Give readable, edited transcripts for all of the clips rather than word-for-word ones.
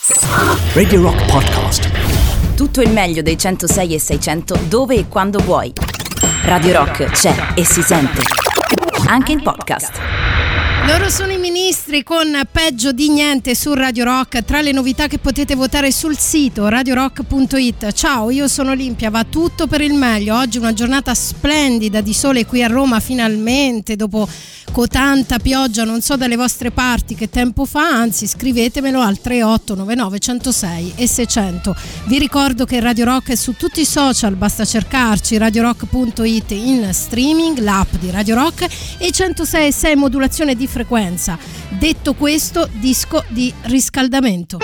Radio Rock Podcast. Tutto il meglio dei 106 e 600 dove e quando vuoi. Radio Rock c'è e si sente anche in podcast. Loro sono i Ministri con Peggio di niente su Radio Rock, tra le novità che potete votare sul sito radiorock.it. Ciao, io sono Olimpia, va tutto per il meglio. Oggi una giornata splendida di sole qui a Roma finalmente, dopo tanta pioggia, non so dalle vostre parti che tempo fa, anzi scrivetemelo al 3899 106 e 600. Vi ricordo che Radio Rock è su tutti i social, basta cercarci radiorock.it in streaming, l'app di Radio Rock e 106.6 modulazione di frequenza. Detto questo, disco di riscaldamento.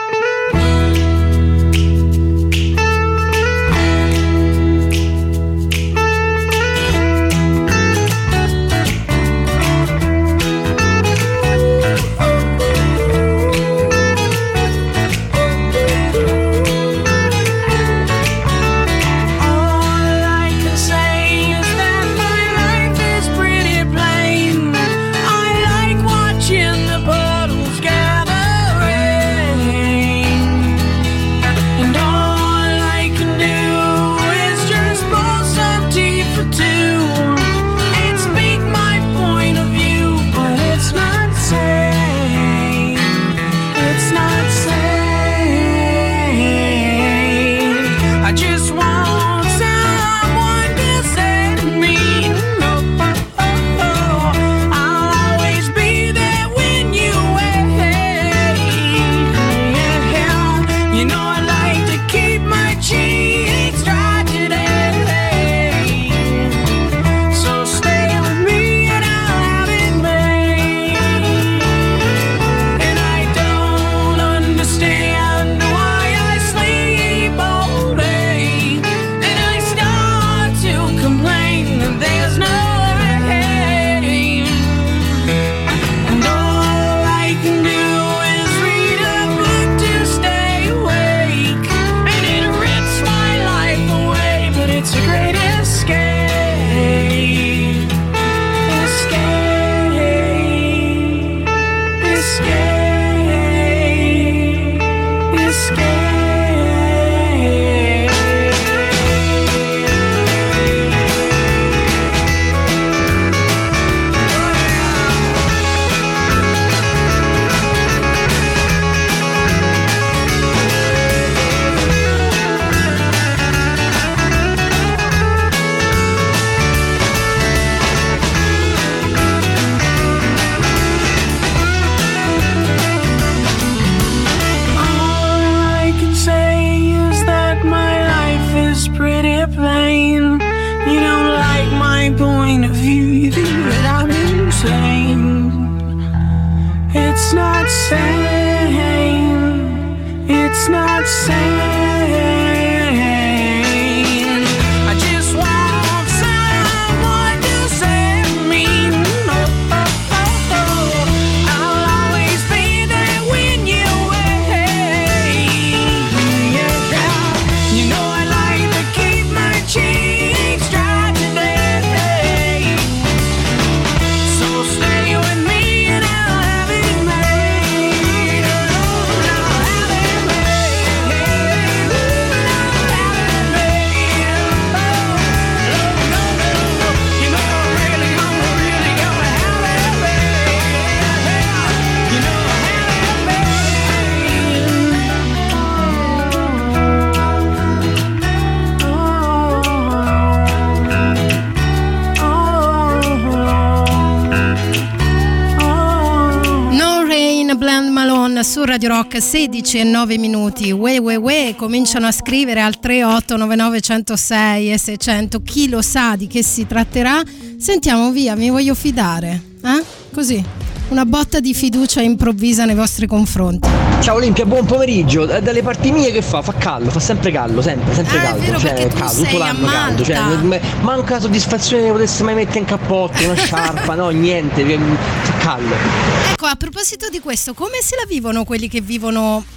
Su Radio Rock 16 e 9 minuti. Cominciano a scrivere al 3899 106 e 600. Chi lo sa di che si tratterà? Sentiamo, via, mi voglio fidare, così, una botta di fiducia improvvisa nei vostri confronti. Ciao Olimpia, buon pomeriggio. Dalle parti mie che fa caldo, fa sempre caldo, sempre caldo. È vero, cioè caldo, tutto l'anno caldo, cioè manca soddisfazione che potesse mai mettere in cappotto, una sciarpa, no, niente, fa caldo. Ecco, a proposito di questo, come se la vivono quelli che vivono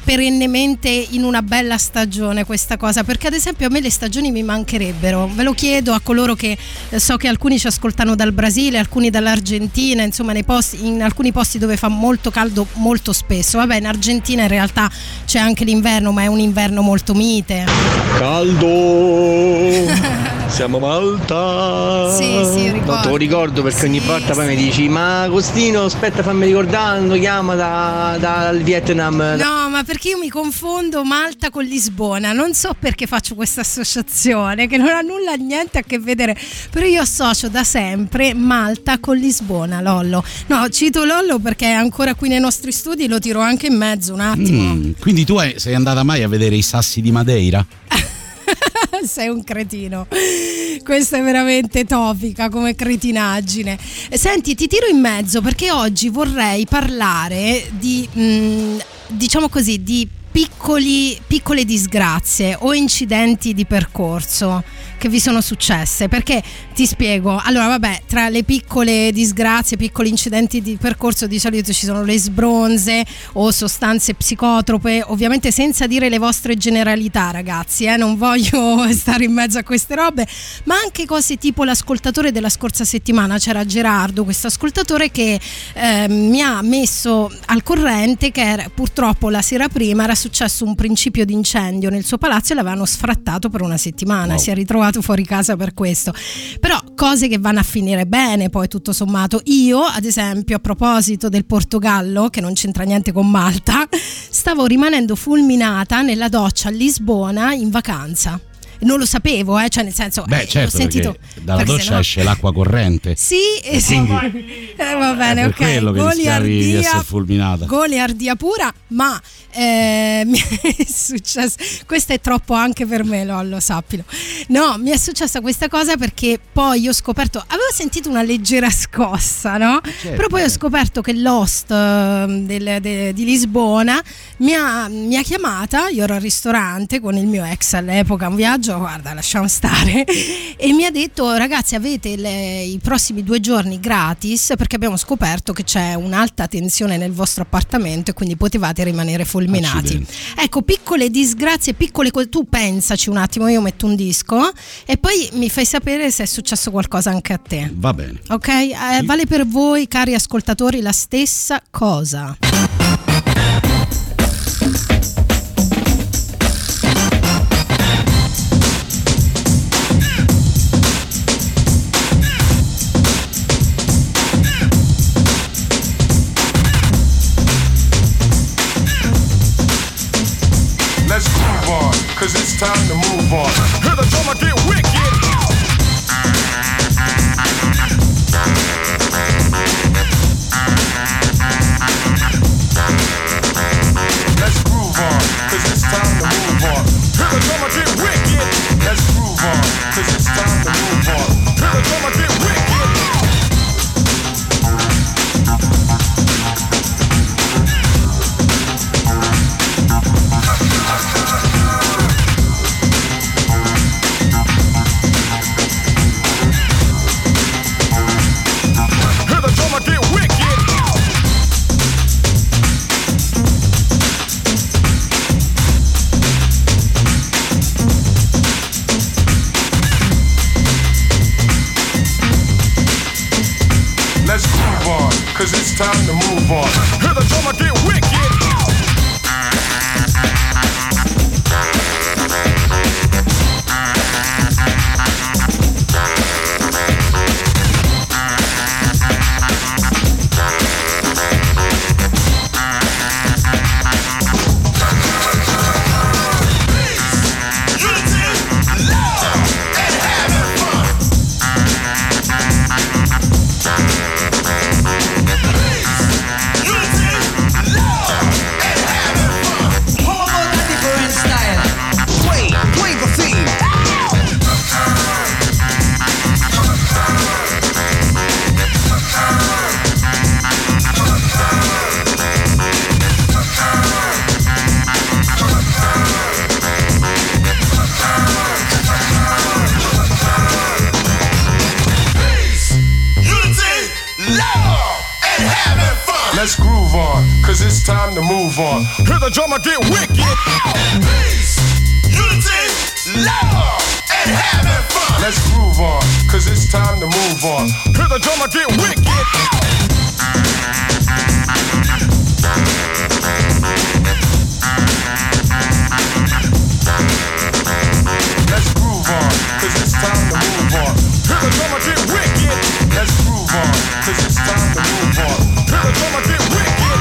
perennemente in una bella stagione questa cosa, perché ad esempio a me le stagioni mi mancherebbero. Ve lo chiedo a coloro che so che alcuni ci ascoltano dal Brasile, alcuni dall'Argentina, insomma in alcuni posti dove fa molto caldo molto spesso. Vabbè, in Argentina in realtà c'è anche l'inverno, ma è un inverno molto mite. Caldo. Siamo a Malta. Sì, ricordo. No, te lo ricordo perché Sì, ogni volta poi sì. mi dici: ma Agostino, aspetta, fammi ricordare, non chiama dal Vietnam. No, ma perché io mi confondo Malta con Lisbona, non so perché faccio questa associazione che non ha nulla niente a che vedere, però io associo da sempre Malta con Lisbona. Lollo, no, cito Lollo perché è ancora qui nei nostri studi, lo tiro anche in mezzo un attimo. Quindi tu sei andata mai a vedere i sassi di Madeira? Sei un cretino, questa è veramente topica come cretinaggine. Senti, ti tiro in mezzo perché oggi vorrei parlare di diciamo così, di piccole disgrazie o incidenti di percorso che vi sono successe, perché ti spiego. Allora, vabbè, tra le piccole disgrazie, piccoli incidenti di percorso di solito ci sono le sbronze o sostanze psicotrope, ovviamente senza dire le vostre generalità, ragazzi, non voglio stare in mezzo a queste robe, ma anche cose tipo l'ascoltatore della scorsa settimana, c'era Gerardo, questo ascoltatore che mi ha messo al corrente che purtroppo la sera prima era successo un principio di incendio nel suo palazzo e l'avevano sfrattato per una settimana. Wow. Si è ritrovato fuori casa per questo, però cose che vanno a finire bene poi tutto sommato. Io ad esempio, a proposito del Portogallo, che non c'entra niente con Malta, stavo rimanendo fulminata nella doccia a Lisbona in vacanza. Non lo sapevo, cioè nel senso, certo, l'ho sentito dalla doccia sennò esce l'acqua corrente. Sì, e sì. Va bene, per ok. quello che rischiavi di essere fulminata. Goliardia pura, ma mi è successo. Questo è troppo anche per me, Lollo, sappilo. No, mi è successa questa cosa perché poi io ho scoperto, avevo sentito una leggera scossa, no? Certo, però poi ho scoperto che l'host di Lisbona mi ha chiamata, io ero al ristorante con il mio ex all'epoca, un viaggio, guarda, lasciamo stare, e mi ha detto: ragazzi, avete i prossimi 2 giorni gratis perché abbiamo scoperto che c'è un'alta tensione nel vostro appartamento e quindi potevate rimanere fulminati. Accidenti. Ecco, piccole disgrazie, piccole cose. Tu pensaci un attimo, io metto un disco e poi mi fai sapere se è successo qualcosa anche a te. Va bene. Ok? Vale per voi, cari ascoltatori, la stessa cosa. Let's groove on, cause it's time to move on. Hear the drummer get wicked. Let's groove on, cause it's time to move on. Hear the drummer get wicked. Let's groove on, cause it's time to move on. Hear the drummer get wicked. Cause it's time to move on. Hear the drummer get wicked. Let's groove on, cause cause it's time to move on. Hear the drummer get wicked. Peace, unity, love, and having fun. Let's groove on, cause it's time to move on. Hear the drummer get wicked. Let's groove on, cause it's time to move on. Hear the drummer get wicked. Let's groove on, cause it's time to move on. Hear the drummer get wicked.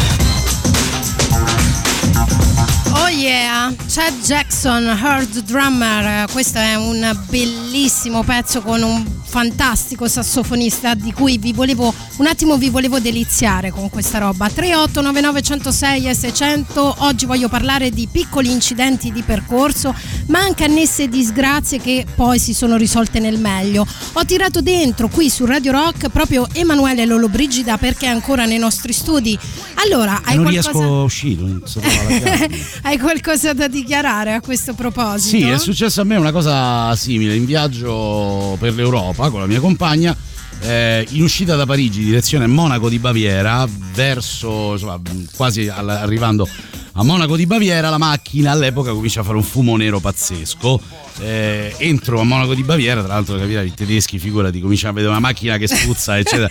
Oh yeah, Chad Jackson, Heard Drummer. Questo è un bellissimo pezzo con un fantastico sassofonista di cui vi volevo deliziare con questa roba. 3899 106 e 600. Oggi voglio parlare di piccoli incidenti di percorso, ma anche annesse disgrazie che poi si sono risolte nel meglio. Ho tirato dentro qui su Radio Rock proprio Emanuele Lollobrigida, perché è ancora nei nostri studi. Allora, hai non qualcosa... riesco a uscire, non so Hai qualcosa da dichiarare a questo proposito? Sì, è successo a me una cosa simile in viaggio per l'Europa con la mia compagna, in uscita da Parigi direzione Monaco di Baviera, verso insomma, quasi arrivando a Monaco di Baviera, la macchina all'epoca comincia a fare un fumo nero pazzesco. Entro a Monaco di Baviera, tra l'altro capirai, i tedeschi, figurati, cominciano a vedere una macchina che spuzza eccetera.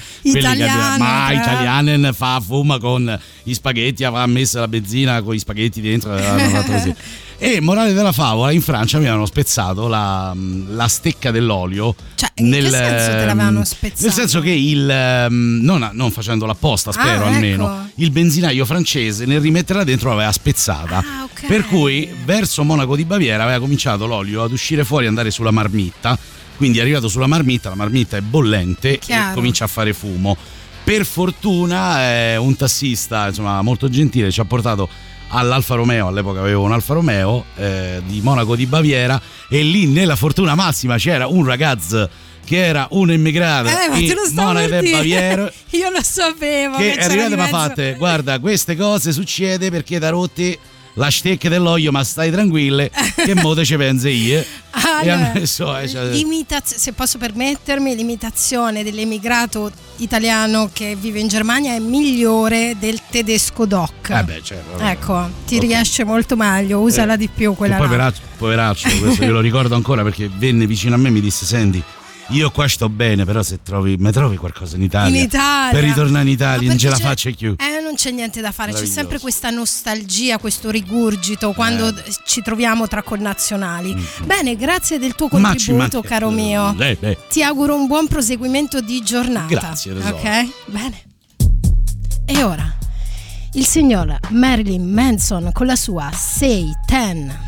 Italianen fa fuma con gli spaghetti, aveva messo la benzina con gli spaghetti dentro, avevano fatto così. E morale della favola, in Francia mi avevano spezzato la stecca dell'olio. Cioè, in che senso te l'avevano spezzato? Nel senso che non facendolo apposta, spero almeno, ecco. il benzinaio francese nel rimetterla dentro l'aveva spezzata. Okay. Per cui verso Monaco di Baviera aveva cominciato l'olio ad uscire fuori e andare sulla marmitta. Quindi è arrivato sulla marmitta, la marmitta è bollente. Chiaro. E comincia a fare fumo. Per fortuna un tassista, insomma, molto gentile, ci ha portato all'Alfa Romeo, all'epoca avevo un Alfa Romeo di Monaco di Baviera, e lì nella fortuna massima c'era un ragazzo che era un immigrato in Monaco di Baviera. Io lo sapevo che è arrivato e mi ha fatto: guarda, queste cose succede perché da rotti la stecca dell'olio, ma stai tranquille che mo te ci penso io. E ha messo, se posso permettermi, l'imitazione dell'emigrato italiano che vive in Germania è migliore del tedesco doc. Certo. Ecco, ti riesce molto meglio, usala di più quella là. Poveraccio, questo io lo ricordo ancora perché venne vicino a me e mi disse: senti, io qua sto bene, però se mi trovi qualcosa in Italia per ritornare in Italia non ce la faccio più. Non c'è niente da fare, c'è sempre questa nostalgia, questo rigurgito quando ci troviamo tra connazionali. Bene, grazie del tuo contributo, caro mio. Ti auguro un buon proseguimento di giornata. Grazie, tesoro. Ok, bene. E ora il signor Marilyn Manson con la sua Say 10.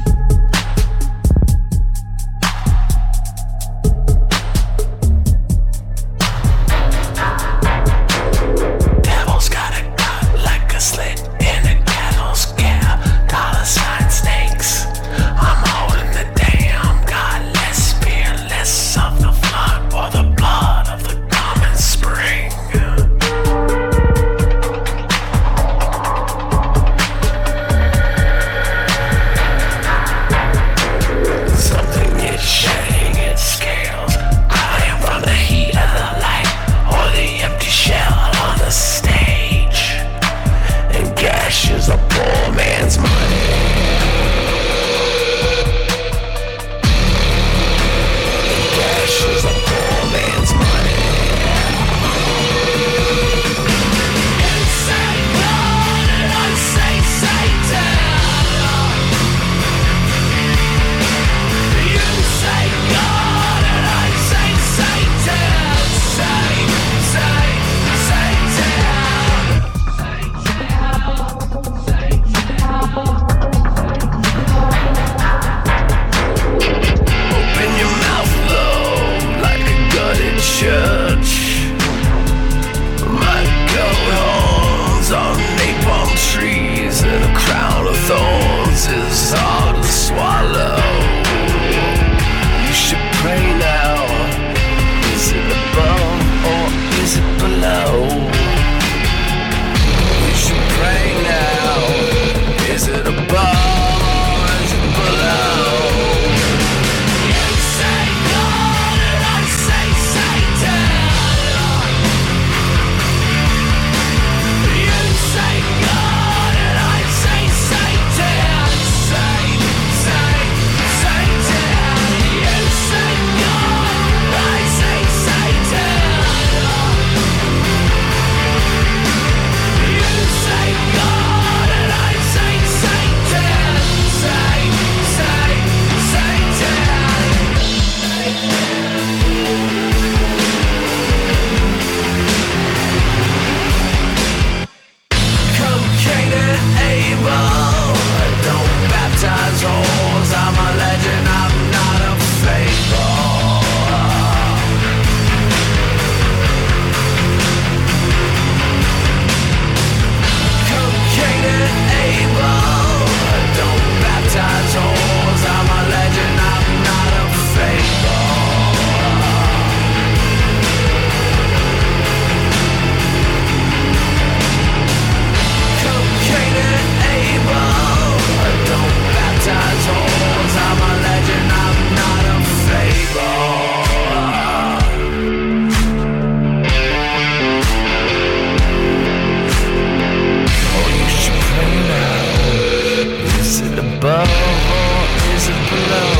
above or is it below?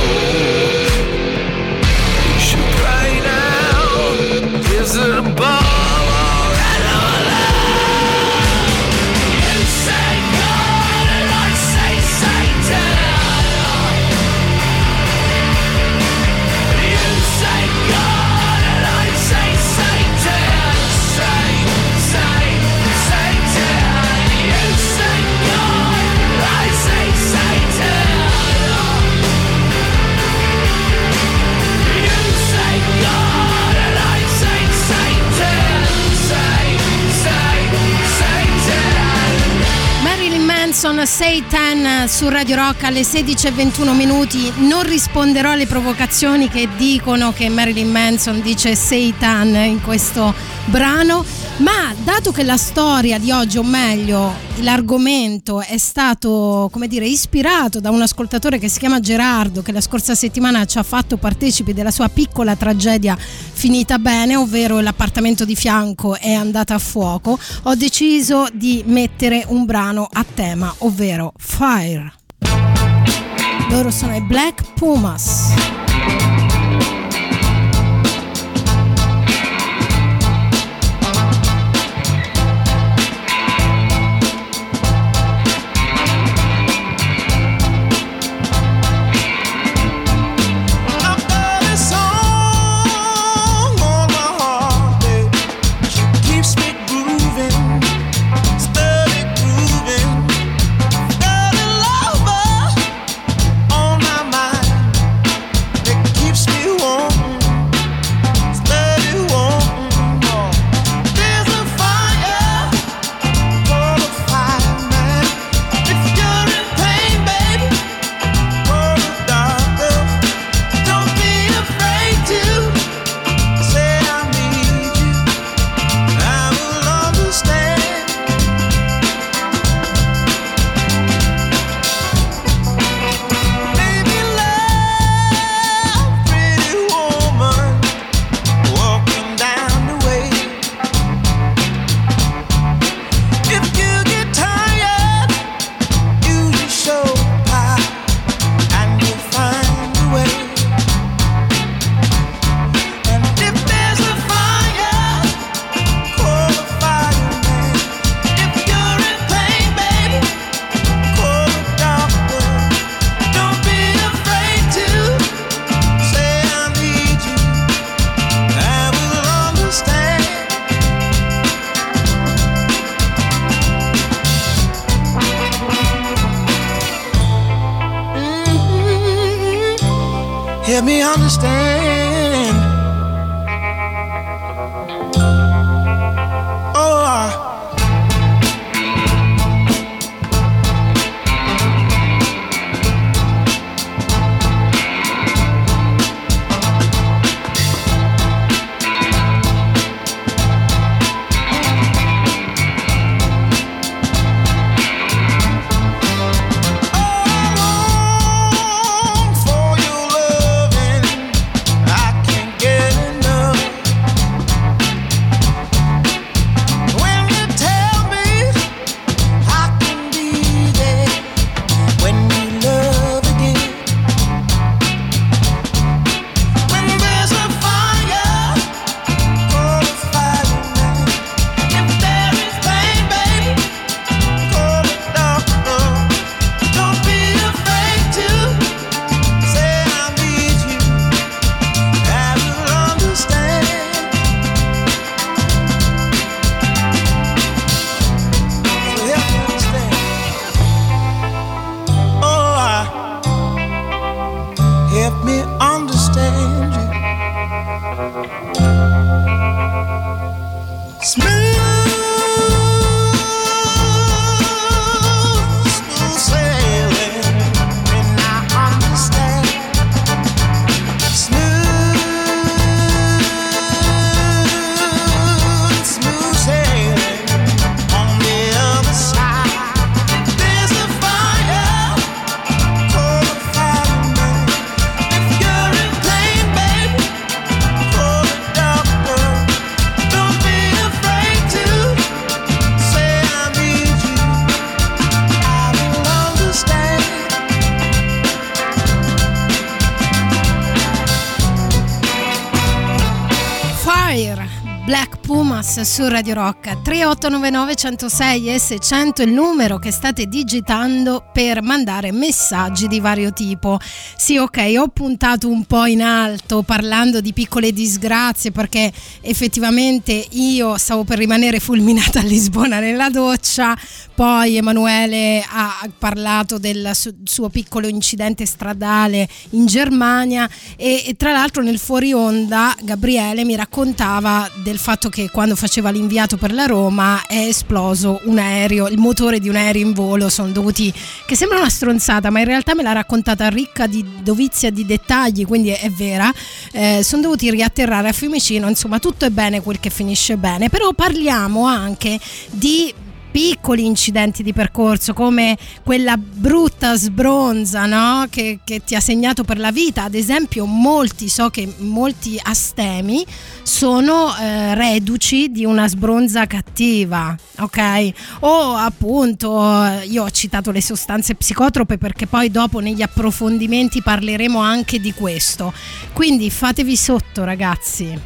You should pray now. Is it above? Satan su Radio Rock alle 16:21. Non risponderò alle provocazioni che dicono che Marilyn Manson dice Satan in questo brano, ma dato che la storia di oggi, o meglio l'argomento, è stato, come dire, ispirato da un ascoltatore che si chiama Gerardo, che la scorsa settimana ci ha fatto partecipi della sua piccola tragedia finita bene, ovvero l'appartamento di fianco è andata a fuoco, ho deciso di mettere un brano a tema, ovvero Fire. Loro sono i Black Pumas. Help me understand. Oh, I Black Pumas su Radio Rock. 3899 106 e 600 il numero che state digitando per mandare messaggi di vario tipo. Sì, ok, ho puntato un po' in alto parlando di piccole disgrazie, perché effettivamente io stavo per rimanere fulminata a Lisbona nella doccia. Poi Emanuele ha parlato del suo piccolo incidente stradale in Germania e tra l'altro nel fuori onda Gabriele mi raccontava del fatto che quando faceva l'inviato per la Roma è esploso un aereo, il motore di un aereo in volo. Sono dovuti, che sembra una stronzata ma in realtà me l'ha raccontata ricca di dovizia di dettagli, quindi è vera, sono dovuti riatterrare a Fiumicino. Insomma, tutto è bene quel che finisce bene. Però parliamo anche di piccoli incidenti di percorso, come quella brutta sbronza, no? che ti ha segnato per la vita. Ad esempio so che molti astemi sono reduci di una sbronza cattiva, ok? O appunto, io ho citato le sostanze psicotrope perché poi dopo negli approfondimenti parleremo anche di questo, quindi fatevi sotto, ragazzi.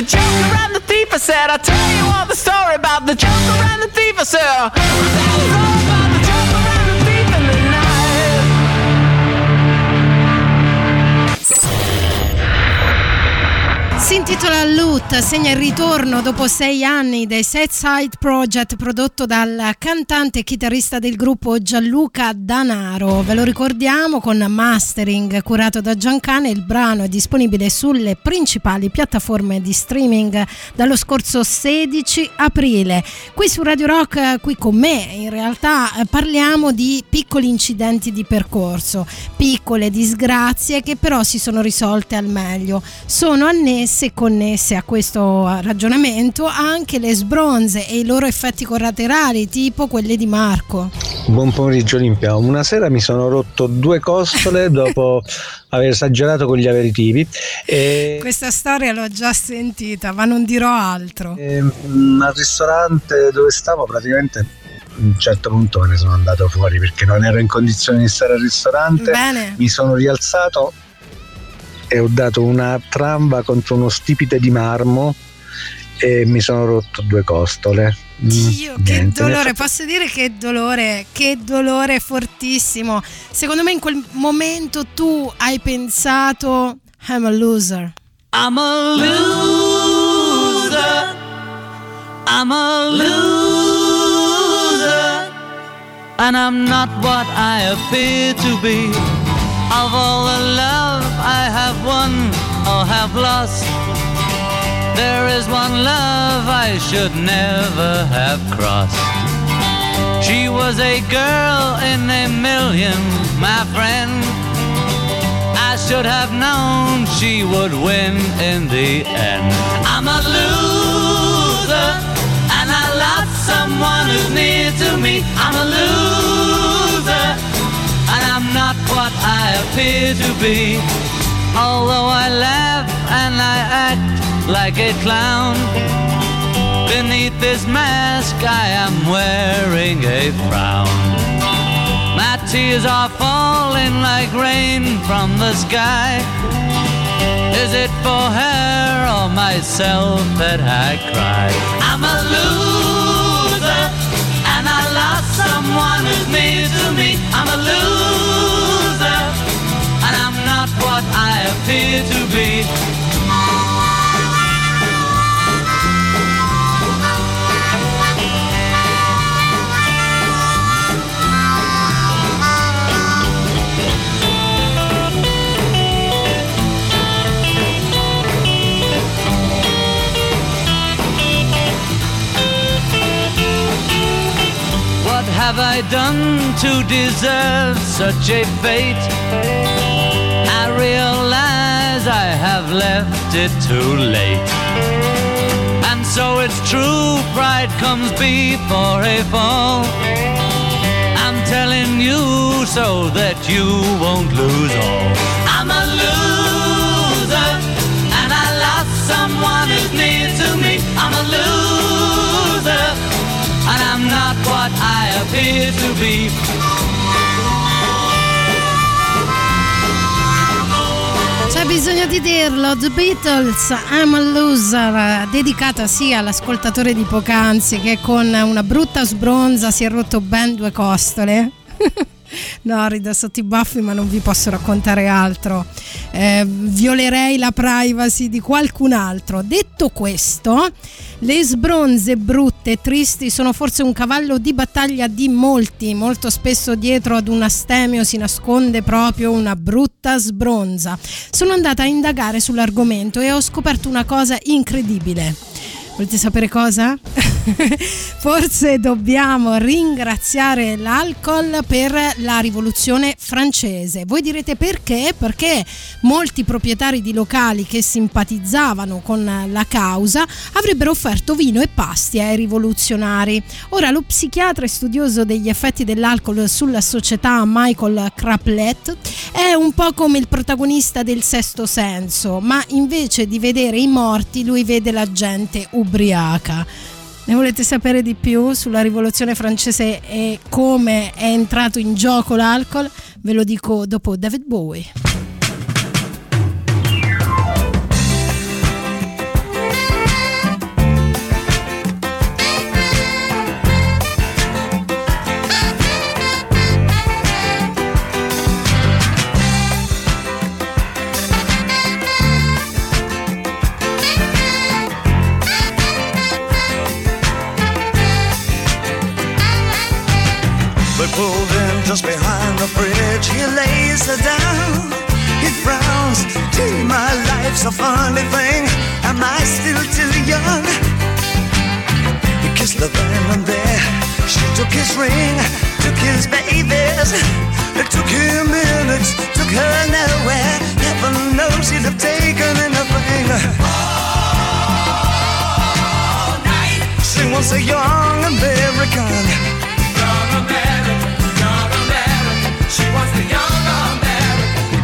joker and the thief. I said, I'll tell you all the story about the joker and the thief. I said, I'll tell you all about the joker and the thief in the night. Si intitola Loot, segna il ritorno dopo 6 anni dei Set Side Project, prodotto dal cantante e chitarrista del gruppo Gianluca Danaro. Ve lo ricordiamo, con mastering curato da Giancane. Il brano è disponibile sulle principali piattaforme di streaming dallo scorso 16 aprile. Qui su Radio Rock, qui con me, in realtà parliamo di piccoli incidenti di percorso, piccole disgrazie che però si sono risolte al meglio. Sono annesse e connesse a questo ragionamento anche le sbronze e i loro effetti collaterali, tipo quelli di Marco. Buon pomeriggio Olimpia. Una sera mi sono rotto 2 costole dopo aver esagerato con gli aperitivi e questa storia l'ho già sentita, ma non dirò altro. Al ristorante dove stavo praticamente a un certo punto me ne sono andato fuori perché non ero in condizione di stare al ristorante. Bene. Mi sono rialzato e ho dato una tramba contro uno stipite di marmo e mi sono rotto 2 costole. Dio, che dolore, posso dire che dolore fortissimo. Secondo me in quel momento tu hai pensato I'm a loser. I'm a loser. I'm a loser. And I'm not what I appear to be. Of all the love I have won or have lost, there is one love I should never have crossed. She was a girl in a million, my friend. I should have known she would win in the end. I'm a loser, and I lost someone who's near to me. I'm a loser, and I'm not what I appear to be. Although I laugh and I act like a clown, beneath this mask I am wearing a frown. My tears are falling like rain from the sky. Is it for her or myself that I cry? I'm a loser, and I lost someone who's near to me. I'm a loser, and I'm not what I appear to be. What have I done to deserve such a fate? I realize I have left it too late. And so it's true, pride comes before a fall. I'm telling you so that you won't lose all. I'm a loser, and I lost someone who's near to me. I'm a loser, and I'm not what I appear to be. C'è bisogno di dirlo, The Beatles, I'm a Loser, dedicata sia all'ascoltatore di poc'anzi che con una brutta sbronza si è rotto ben 2 costole. No, rido sotto i baffi, ma non vi posso raccontare altro. Violerei la privacy di qualcun altro. Detto questo, le sbronze brutte e tristi sono forse un cavallo di battaglia di molti. Molto spesso dietro ad un astemio si nasconde proprio una brutta sbronza. Sono andata a indagare sull'argomento e ho scoperto una cosa incredibile. Volete sapere cosa? Forse dobbiamo ringraziare l'alcol per la rivoluzione francese. Voi direte perché? Perché molti proprietari di locali che simpatizzavano con la causa avrebbero offerto vino e pasti ai rivoluzionari. Ora, lo psichiatra e studioso degli effetti dell'alcol sulla società Michael Kraplett è un po' come il protagonista del Sesto Senso, ma invece di vedere i morti lui vede la gente ubriaca. Ne volete sapere di più sulla rivoluzione francese e come è entrato in gioco l'alcol? Ve lo dico dopo David Bowie. Just behind the bridge he lays her down. He frowns, gee, my life's a funny thing. Am I still too young? He kissed her then and there. She took his ring, took his babies. It took him minutes, took her nowhere. Heaven knows he'd have taken anything. All night. She wants a young American. Young American, young American. She wants the young American.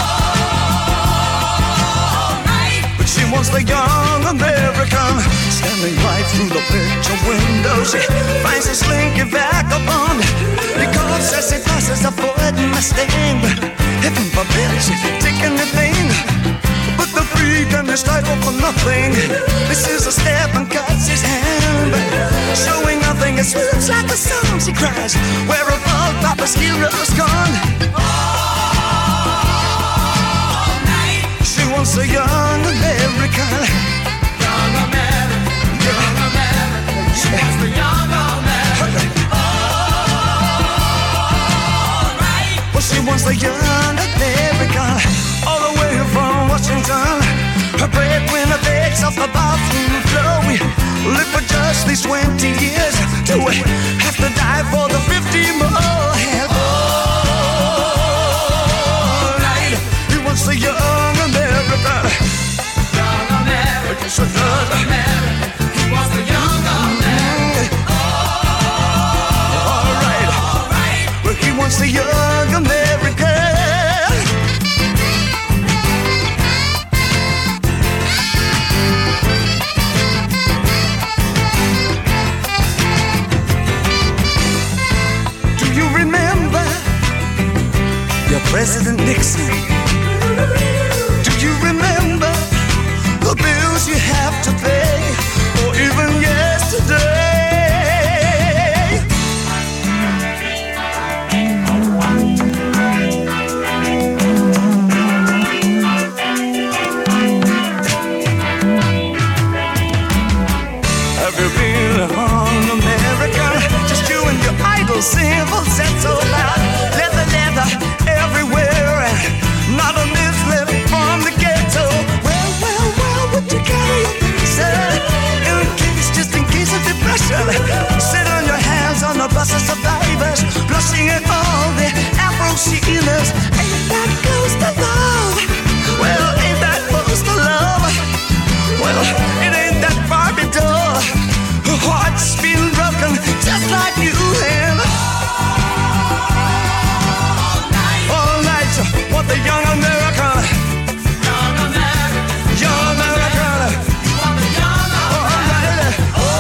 All night. But she wants the young American. Standing right through the picture window, she finds a slinky vagabond. Because as he passes the Ford Mustang, heaven forbid she take anything but the freak and his title for nothing. This is a step and cuts his hand, showing nothing. It swoops like a song. She cries, where have all Papa's heroes gone? All night. She wants a young American. Young American, young American. She wants the young American. All right. Well, she wants the young American. All the way from Washington. Her breadwinner begs off the bathroom floor. We live for just these 20 years. Do we have to die for the 50 more? Hell, all right. He wants the young American. Young American. So young American. He wants the young American. All right. All right. Well, he wants the young American. President Nixon, do you remember the bills you have to pay, or even yesterday? Have you been on America? Just you and your idle civil set so loud. Leather, leather. Everywhere, and not a miss left from the ghetto. Well, would you carry your pizza? Just in case of depression. Sit on your hands on the bus of survivors, blushing at all the Afro-Sheilas. Ain't that close to love? Well, ain't that close to love? Well, it ain't that Barbie doll. Her heart's been broken just like you have. What the young American, young American, young American, you want the young American.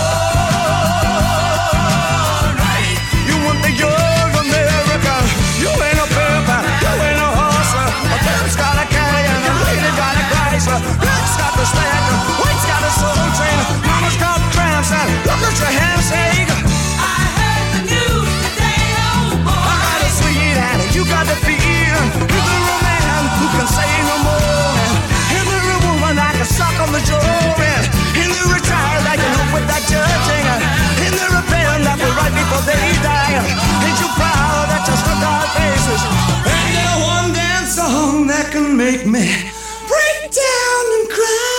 All right, you want the young American. You ain't a pimp, you ain't a horse. A pimp's got a Cadillac, a lady got a Chrysler. Red's got the Stacker, White's got a Soul Train. Mama's got tramps, and look at your handshake. I heard the news today, oh boy. I got a sweetheart, you got the feeling. Who can say no more? And every woman I can suck on the jaw. And they're retired I can help with that judging. And they're a band that will right before they die. Ain't you proud that you struck our faces? And they're one dance song that can make me break down and cry.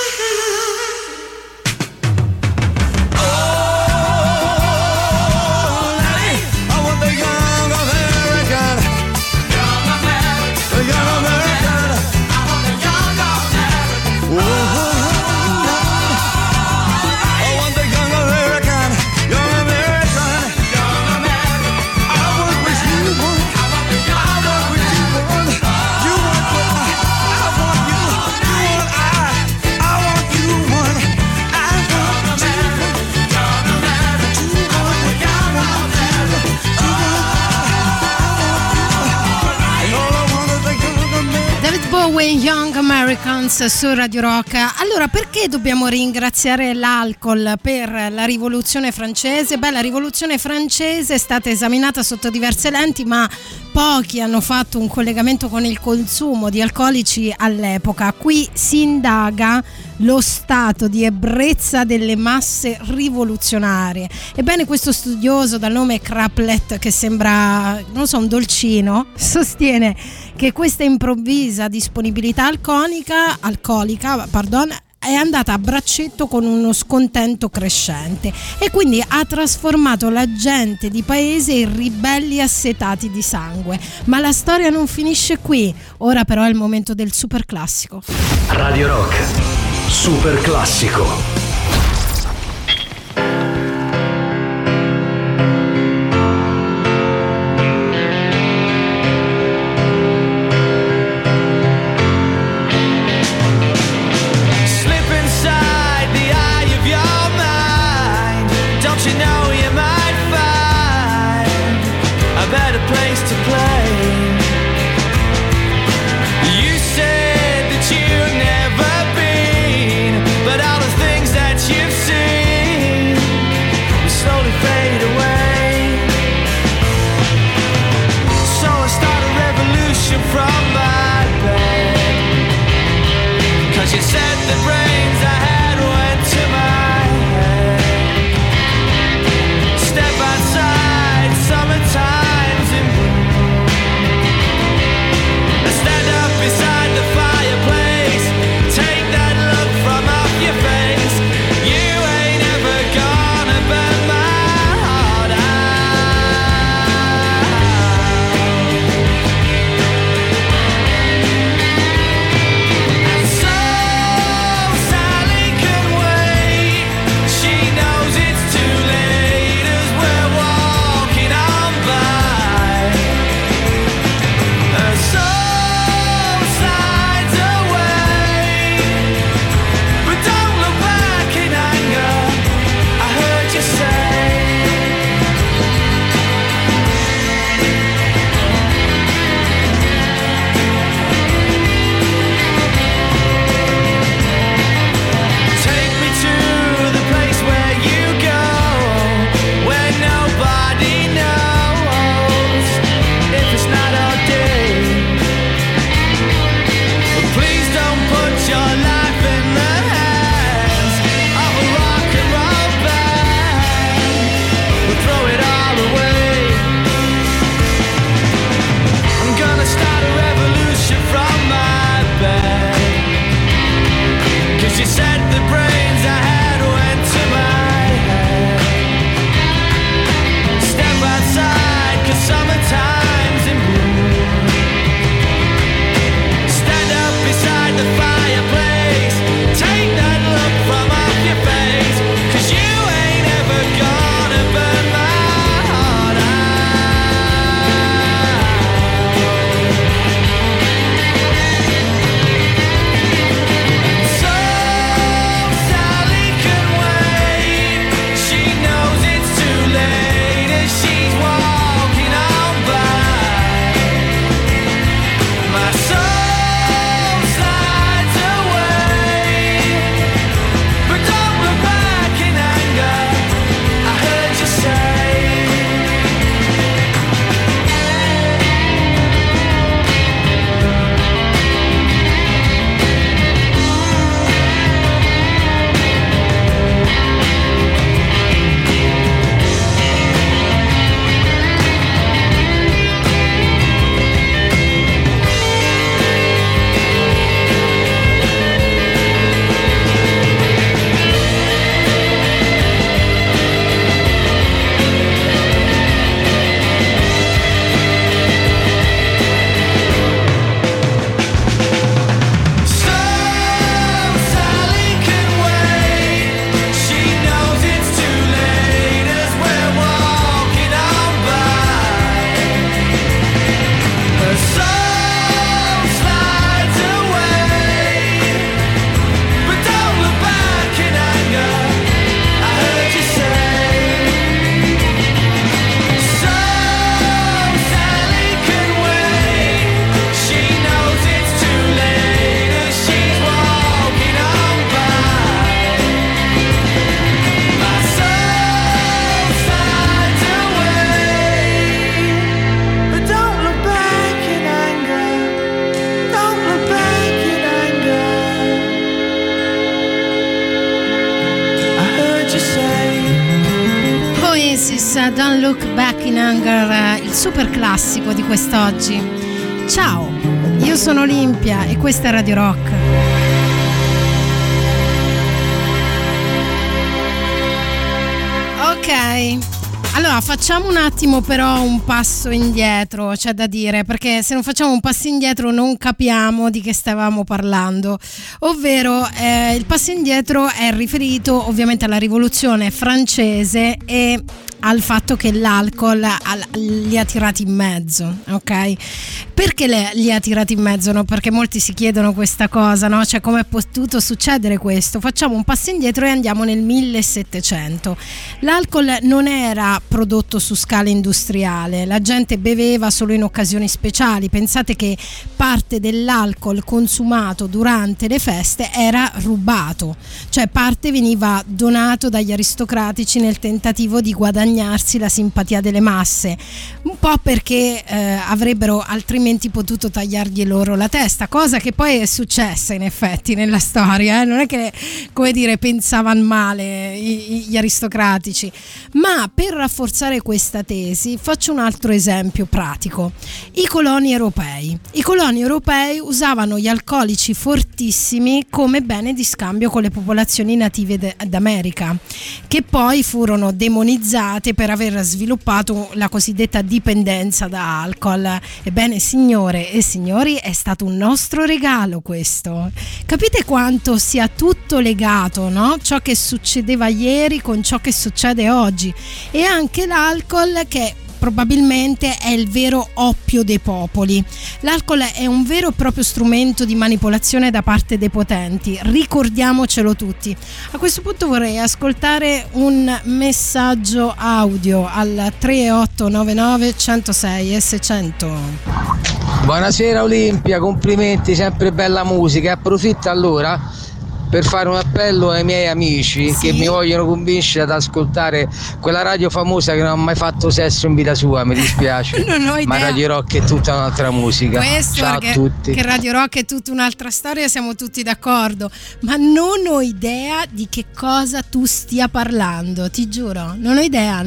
Young Americans su Radio Rock. Allora, perché dobbiamo ringraziare l'alcol per la rivoluzione francese? Beh, la rivoluzione francese è stata esaminata sotto diverse lenti, ma pochi hanno fatto un collegamento con il consumo di alcolici all'epoca. Qui si indaga lo stato di ebbrezza delle masse rivoluzionarie. Ebbene, questo studioso dal nome Kraepelin, che sembra, non so, un dolcino, sostiene che questa improvvisa disponibilità alcolica, è andata a braccetto con uno scontento crescente e quindi ha trasformato la gente di paese in ribelli assetati di sangue. Ma la storia non finisce qui. Ora però è il momento del super classico. Radio Rock Super Classico. Place to play. You said that you've never been, but all the things Oasis, Don't Look Back in Anger, il super classico di quest'oggi. Ciao, io sono Olimpia e questa è Radio Rock. Ok, allora facciamo un attimo però un passo indietro, c'è da dire, perché se non facciamo un passo indietro non capiamo di che stavamo parlando, ovvero il passo indietro è riferito ovviamente alla rivoluzione francese e al fatto che l'alcol li ha tirati in mezzo, ok? Perché li ha tirati in mezzo? No? Perché molti si chiedono questa cosa, no? Cioè, come è potuto succedere questo? Facciamo un passo indietro e andiamo nel 1700. L'alcol non era prodotto su scala industriale, la gente beveva solo in occasioni speciali. Pensate che parte dell'alcol consumato durante le feste era rubato, cioè parte veniva donato dagli aristocratici nel tentativo di guadagnarsi la simpatia delle masse, un po' perché avrebbero altrimenti potuto tagliargli loro la testa, cosa che poi è successa in effetti nella storia, non è che, come dire, pensavano male gli aristocratici. Ma per rafforzare questa tesi faccio un altro esempio pratico: i coloni europei usavano gli alcolici fortissimi come bene di scambio con le popolazioni native d'America, che poi furono demonizzate per aver sviluppato la cosiddetta dipendenza da alcol. Ebbene, signore e signori, è stato un nostro regalo questo. Capite quanto sia tutto legato, no? Ciò che succedeva ieri con ciò che succede oggi, e anche l'alcol, che probabilmente è il vero oppio dei popoli. L'alcol è un vero e proprio strumento di manipolazione da parte dei potenti, ricordiamocelo tutti. A questo punto vorrei ascoltare un messaggio audio al 3899 106 e 600. Buonasera Olimpia, complimenti, sempre bella musica. Approfitto allora per fare un appello ai miei amici che mi vogliono convincere ad ascoltare quella radio famosa che non ha mai fatto sesso in vita sua, mi dispiace. Non ho idea. Ma Radio Rock è tutta un'altra musica. Ciao a tutti. Che Radio Rock è tutta un'altra storia, siamo tutti d'accordo, ma non ho idea di che cosa tu stia parlando, ti giuro, non ho idea.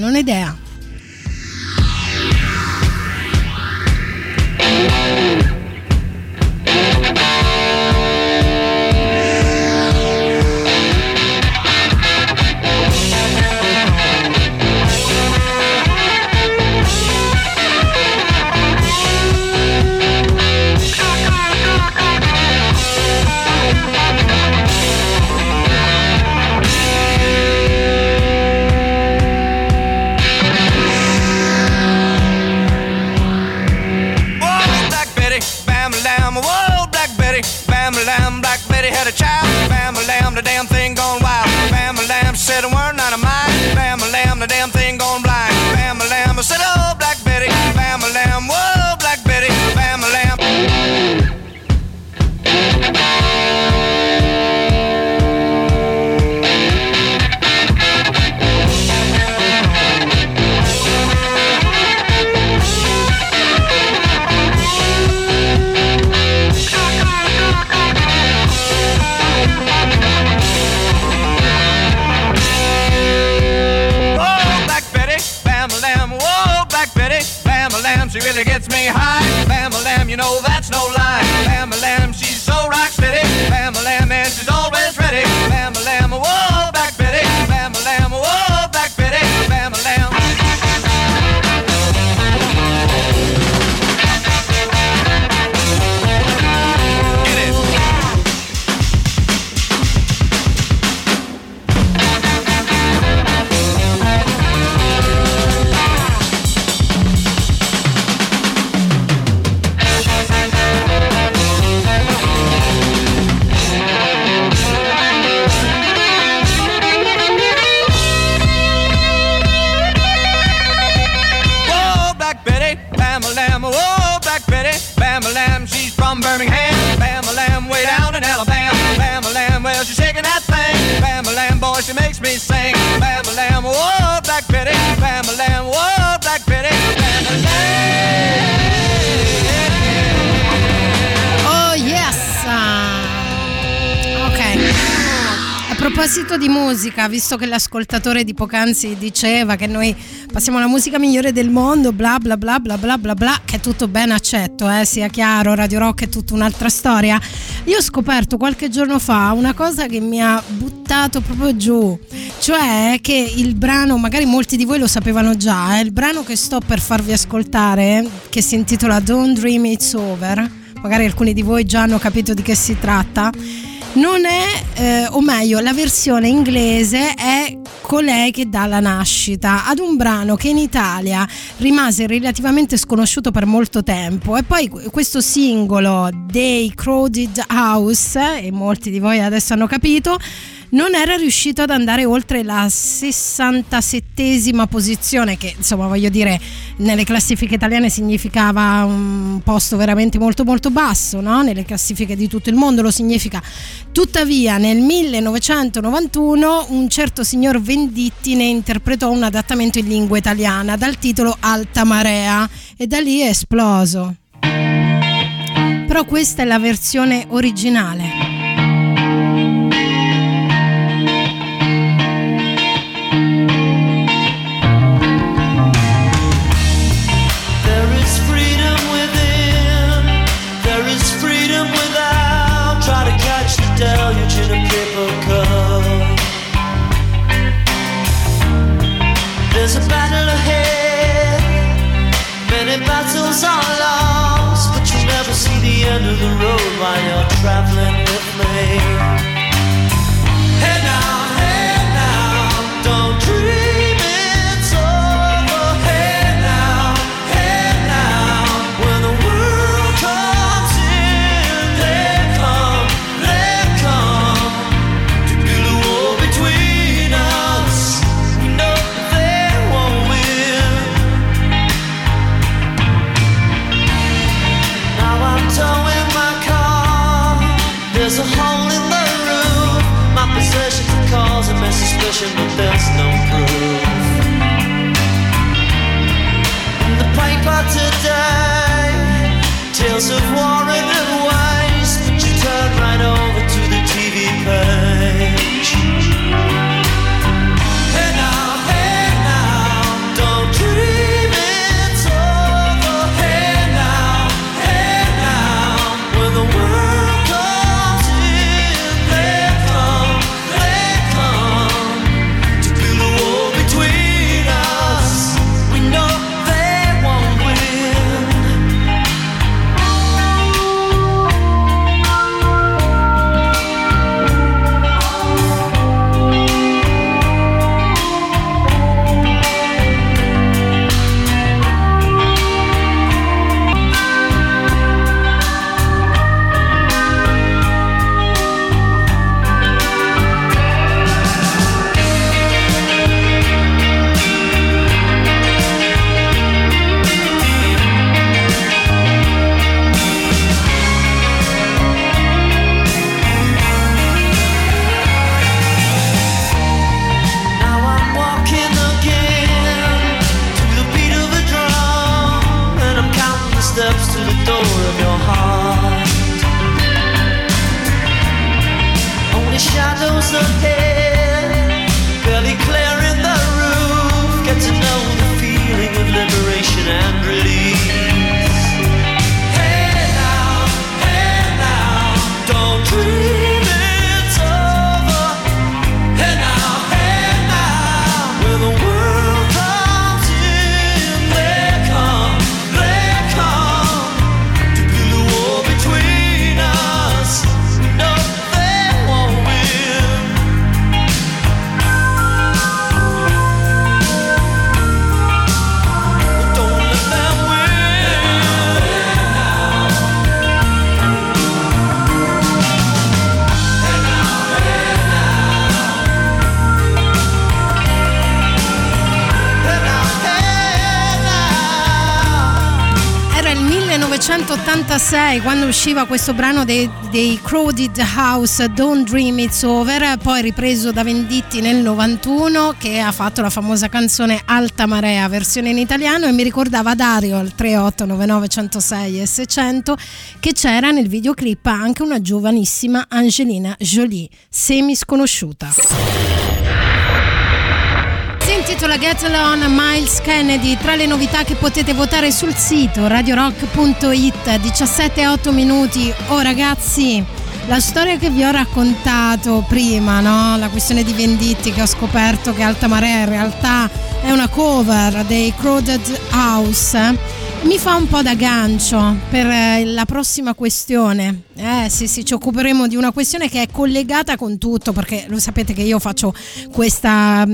Said a word, not a mine. Bam-a-lam, the damn thing gone blind. Bam-a-lam, I said, oh, Black Betty. Bam-a-lam, whoa, Black Betty. Bam-a-lam. She really gets me high. Bam-a-lam, you know that's no lie. Bam-a-lam, she's so rock steady. Bam-a-lam, and she's always ready. Bam-a-lam, whoa, Black Betty. Bam-a-lam, whoa, Black Betty. Bam-a-lam. Get it. Bam-a-lam, oh, Black Betty. Bam-a-lam, she's from Birmingham. Bam-a-lam, way down in Alabama. Bam-a-lam, well, she's shaking that thing. Bam-a-lam, boy, she makes me sing. Bam-a-lam, oh, Black Betty. Bam-a-lam, oh, Black Betty. Bam-a-lam. proposito di musica, visto che l'ascoltatore di poc'anzi diceva che noi passiamo la musica migliore del mondo, bla bla bla bla bla bla bla, che è tutto ben accetto, sia chiaro, Radio Rock è tutta un'altra storia. Io ho scoperto qualche giorno fa una cosa che mi ha buttato proprio giù, cioè che il brano, magari molti di voi lo sapevano già, il brano che sto per farvi ascoltare, che si intitola Don't Dream It's Over, magari alcuni di voi già hanno capito di che si tratta. Non è, o meglio, la versione inglese è colei che dà la nascita ad un brano che in Italia rimase relativamente sconosciuto per molto tempo, e poi questo singolo dei Crowded House, e molti di voi adesso hanno capito, non era riuscito ad andare oltre la 67esima posizione, che insomma voglio dire nelle classifiche italiane significava un posto veramente molto molto basso, no? Nelle classifiche di tutto il mondo lo significa. Tuttavia nel 1991 un certo signor Venditti ne interpretò un adattamento in lingua italiana dal titolo Alta Marea, e da lì è esploso. Però questa è la versione originale. Deluge in a paper cup. There's a battle ahead, many battles are lost, but you never see the end of the road while you're traveling with me. Hey now, don't dream it's over. Hey now, when the world comes in, they come to build a wall between us. We know they won't win. Now I'm towing my car. There's a hole in the 1986, quando usciva questo brano dei Crowded House, Don't Dream It's Over, poi ripreso da Venditti nel 91, che ha fatto la famosa canzone Alta Marea, versione in italiano, e mi ricordava Dario al 3899 106 e 600 che c'era nel videoclip anche una giovanissima Angelina Jolie, semi sconosciuta. Si intitola Get On, Miles Kennedy, tra le novità che potete votare sul sito radiorock.it. 17:08. Oh ragazzi, la storia che vi ho raccontato prima, no? La questione di Venditti, che ho scoperto che Alta Marea in realtà è una cover dei Crowded House, mi fa un po' da gancio per la prossima questione. Sì, ci occuperemo di una questione che è collegata con tutto, perché lo sapete che io faccio questa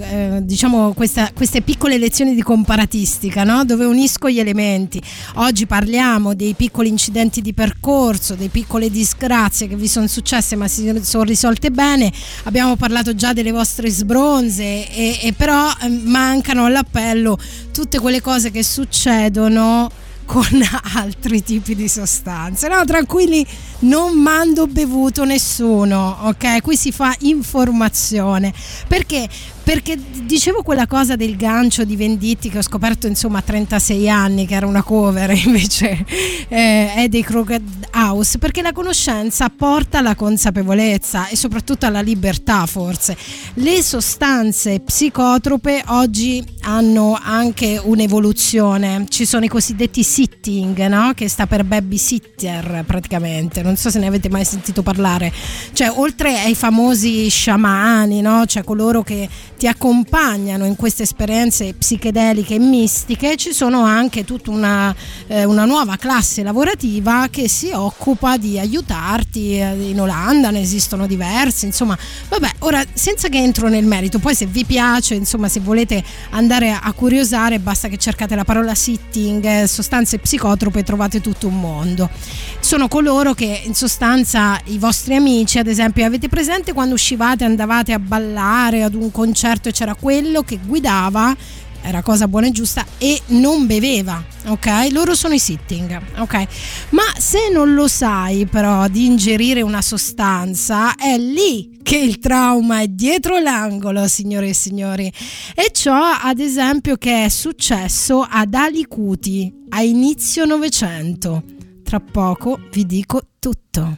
queste piccole lezioni di comparatistica, no? Dove unisco gli elementi. Oggi parliamo dei piccoli incidenti di percorso, delle piccole disgrazie che vi sono successe ma si sono risolte bene. Abbiamo parlato già delle vostre sbronze e però mancano all'appello tutte quelle cose che succedono con altri tipi di sostanze. No, tranquilli, non mando bevuto nessuno, ok? Qui si fa informazione. Perché dicevo quella cosa del gancio di Venditti che ho scoperto insomma a 36 anni che era una cover, invece è dei Crowded House, perché la conoscenza porta alla consapevolezza e soprattutto alla libertà. Forse le sostanze psicotrope oggi hanno anche un'evoluzione. Ci sono i cosiddetti sitting, no? Che sta per babysitter praticamente, non so se ne avete mai sentito parlare. Cioè, oltre ai famosi sciamani, no? Cioè coloro che ti accompagnano in queste esperienze psichedeliche e mistiche, ci sono anche tutta una nuova classe lavorativa che si occupa di aiutarti. In Olanda ne esistono diversi, insomma, vabbè, ora senza che entro nel merito, poi se vi piace, insomma, se volete andare a curiosare, basta che cercate la parola sitting, sostanze psicotrope, trovate tutto un mondo. Sono coloro che in sostanza i vostri amici, ad esempio, avete presente quando uscivate, andavate a ballare ad un concerto e c'era quello che guidava, era cosa buona e giusta, e non beveva, ok? Loro sono i sitting, ok? Ma se non lo sai però di ingerire una sostanza, è lì che il trauma è dietro l'angolo, signore e signori. E ciò ad esempio che è successo ad Ali Kuti a inizio Novecento. Tra poco vi dico tutto.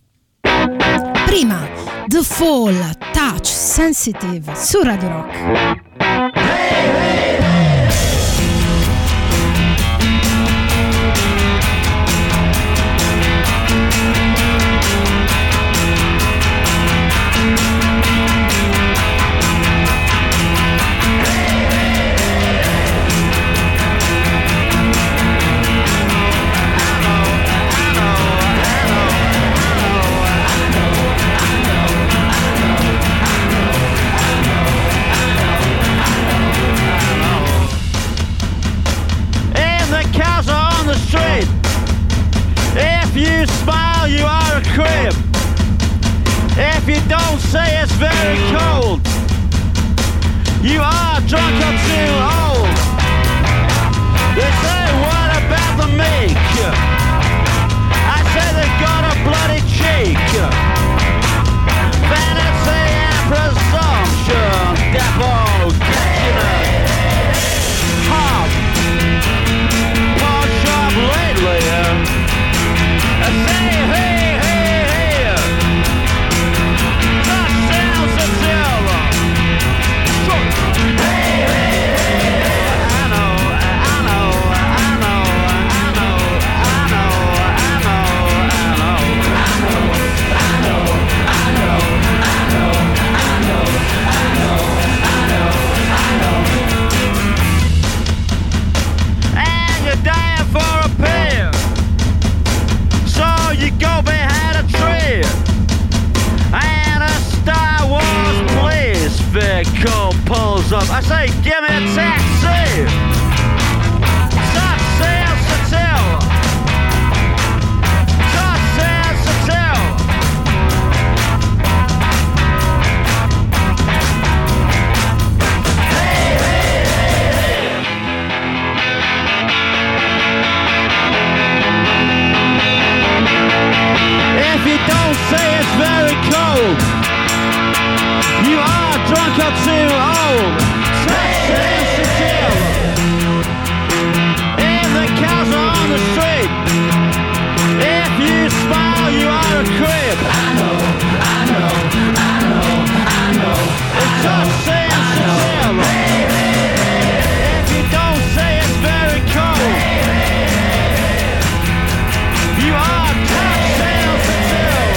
Prima The Fall, Touch Sensitive su Radio Rock. If you smile, you are a crib. If you don't say it's very cold, you are drunk or too old. They say, what about the meek? I say they got a bloody cheek. Vanity and presumption, devil, hop, pawn shop lately. I say, hey, hey, hey, that sounds a devil. Hey, hey, hey, I know, I know, I know, I know, I know, I know, I know, I know, I know, I know, I know, I know, I know, I know. And you're dying for a pill. So you go behind a tree, and a Star Wars police vehicle pulls up. I say, give me a taxi. Top sales to tell. Top sales to tell. Hey, hey, hey, hey. cold, touch sensitive. If the cows are on the street, if you smile, you are a creep. I know, I know, I know, I know. It's touch sensitive. If you don't say it's very cold, you are touch sensitive.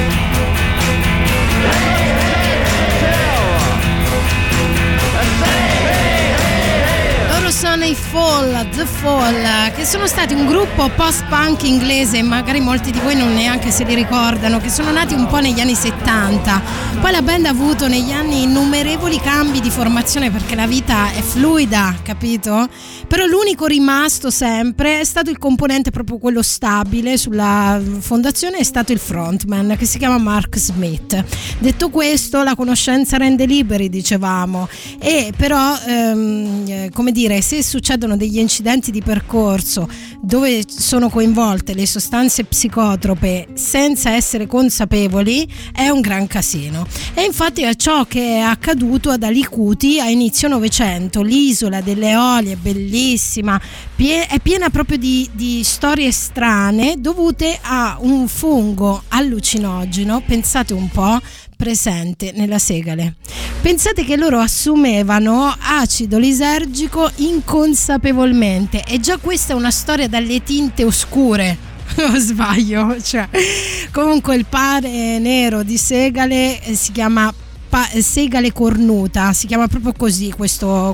Loro sono i Fall, The Fall, che sono stati un gruppo post-punk inglese, magari molti di voi non neanche se li ricordano, che sono nati un po' negli anni 70. Poi la band ha avuto negli anni innumerevoli cambi di formazione perché la vita è fluida, capito? Però l'unico rimasto sempre è stato il componente, proprio quello stabile sulla fondazione, è stato il frontman, che si chiama Mark Smith. Detto questo, la conoscenza rende liberi, dicevamo, e però come dire, se succedono degli incidenti di percorso dove sono coinvolte le sostanze psicotrope senza essere consapevoli, è un gran casino. E infatti è ciò che è accaduto ad Alicuti a inizio Novecento. L'isola delle Eolie è bellissima, è piena proprio di storie strane dovute a un fungo allucinogeno, pensate un po', presente nella segale. Pensate che loro assumevano acido lisergico inconsapevolmente, e già questa è una storia dalle tinte oscure. Non sbaglio, cioè. Comunque il pane nero di segale si chiama segale cornuta, si chiama proprio così questa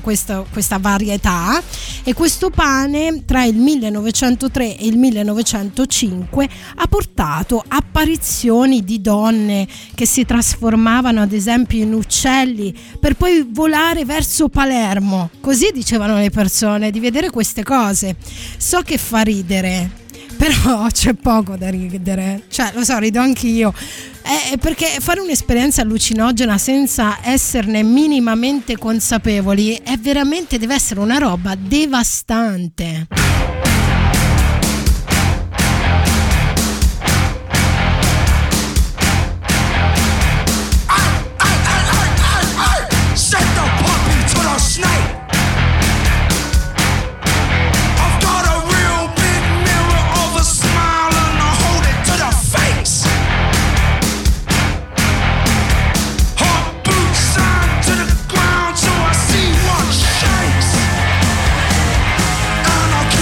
varietà, e questo pane tra il 1903 e il 1905 ha portato apparizioni di donne che si trasformavano ad esempio in uccelli per poi volare verso Palermo. Così dicevano le persone di vedere queste cose. So che fa ridere, però c'è poco da ridere, cioè lo so, rido anch'io, perché fare un'esperienza allucinogena senza esserne minimamente consapevoli è veramente, deve essere una roba devastante. I'll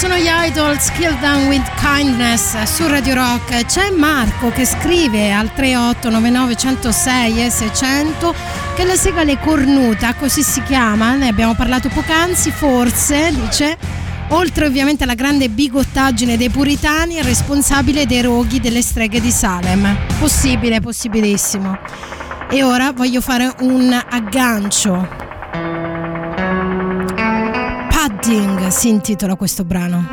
sono gli Idols, Kill Them With Kindness su Radio Rock. C'è Marco che scrive al 3899 106 e 600 che la segale cornuta, così si chiama, ne abbiamo parlato poc'anzi, forse, dice, oltre ovviamente alla grande bigottaggine dei puritani, è responsabile dei roghi delle streghe di Salem. Possibile, possibilissimo. E ora voglio fare un aggancio. Padding si intitola questo brano.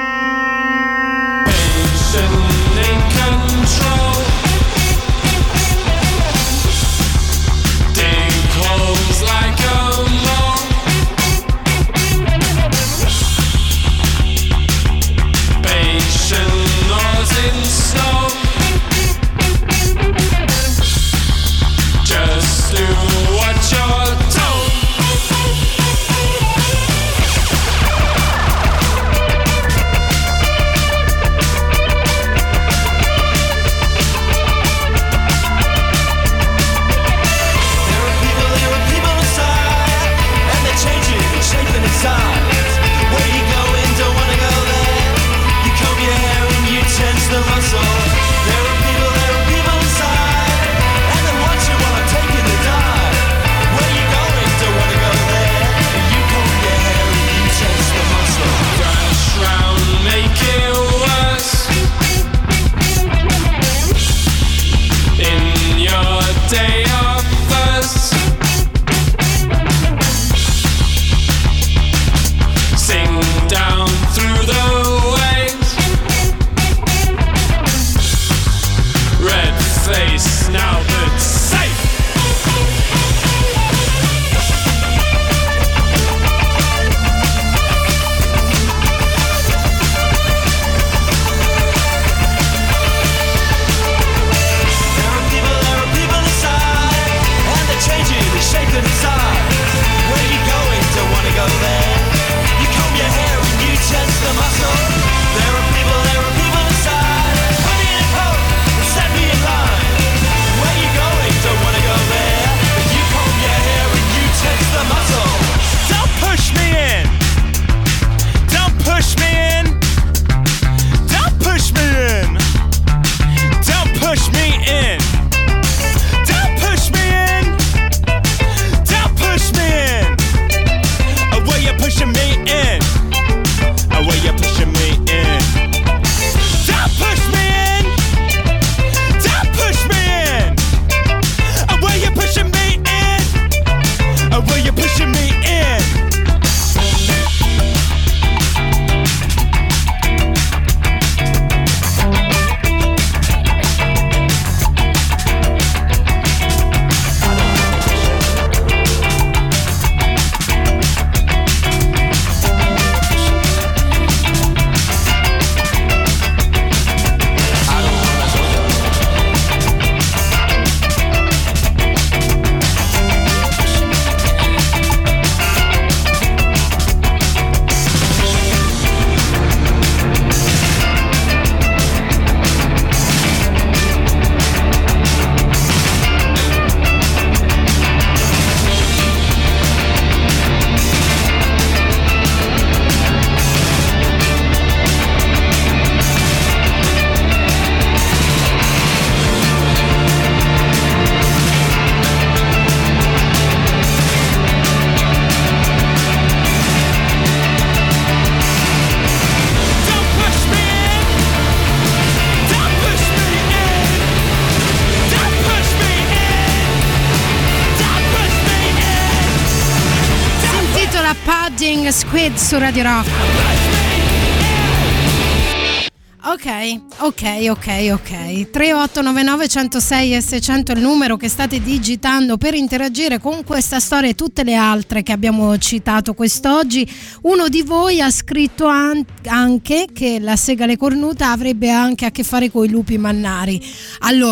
Squid su Radio Rock. Ok. 3899 106 e 600 è il numero che state digitando per interagire con questa storia e tutte le altre che abbiamo citato quest'oggi. Uno di voi ha scritto anche che la segale cornuta avrebbe anche a che fare con i lupi mannari. Allora,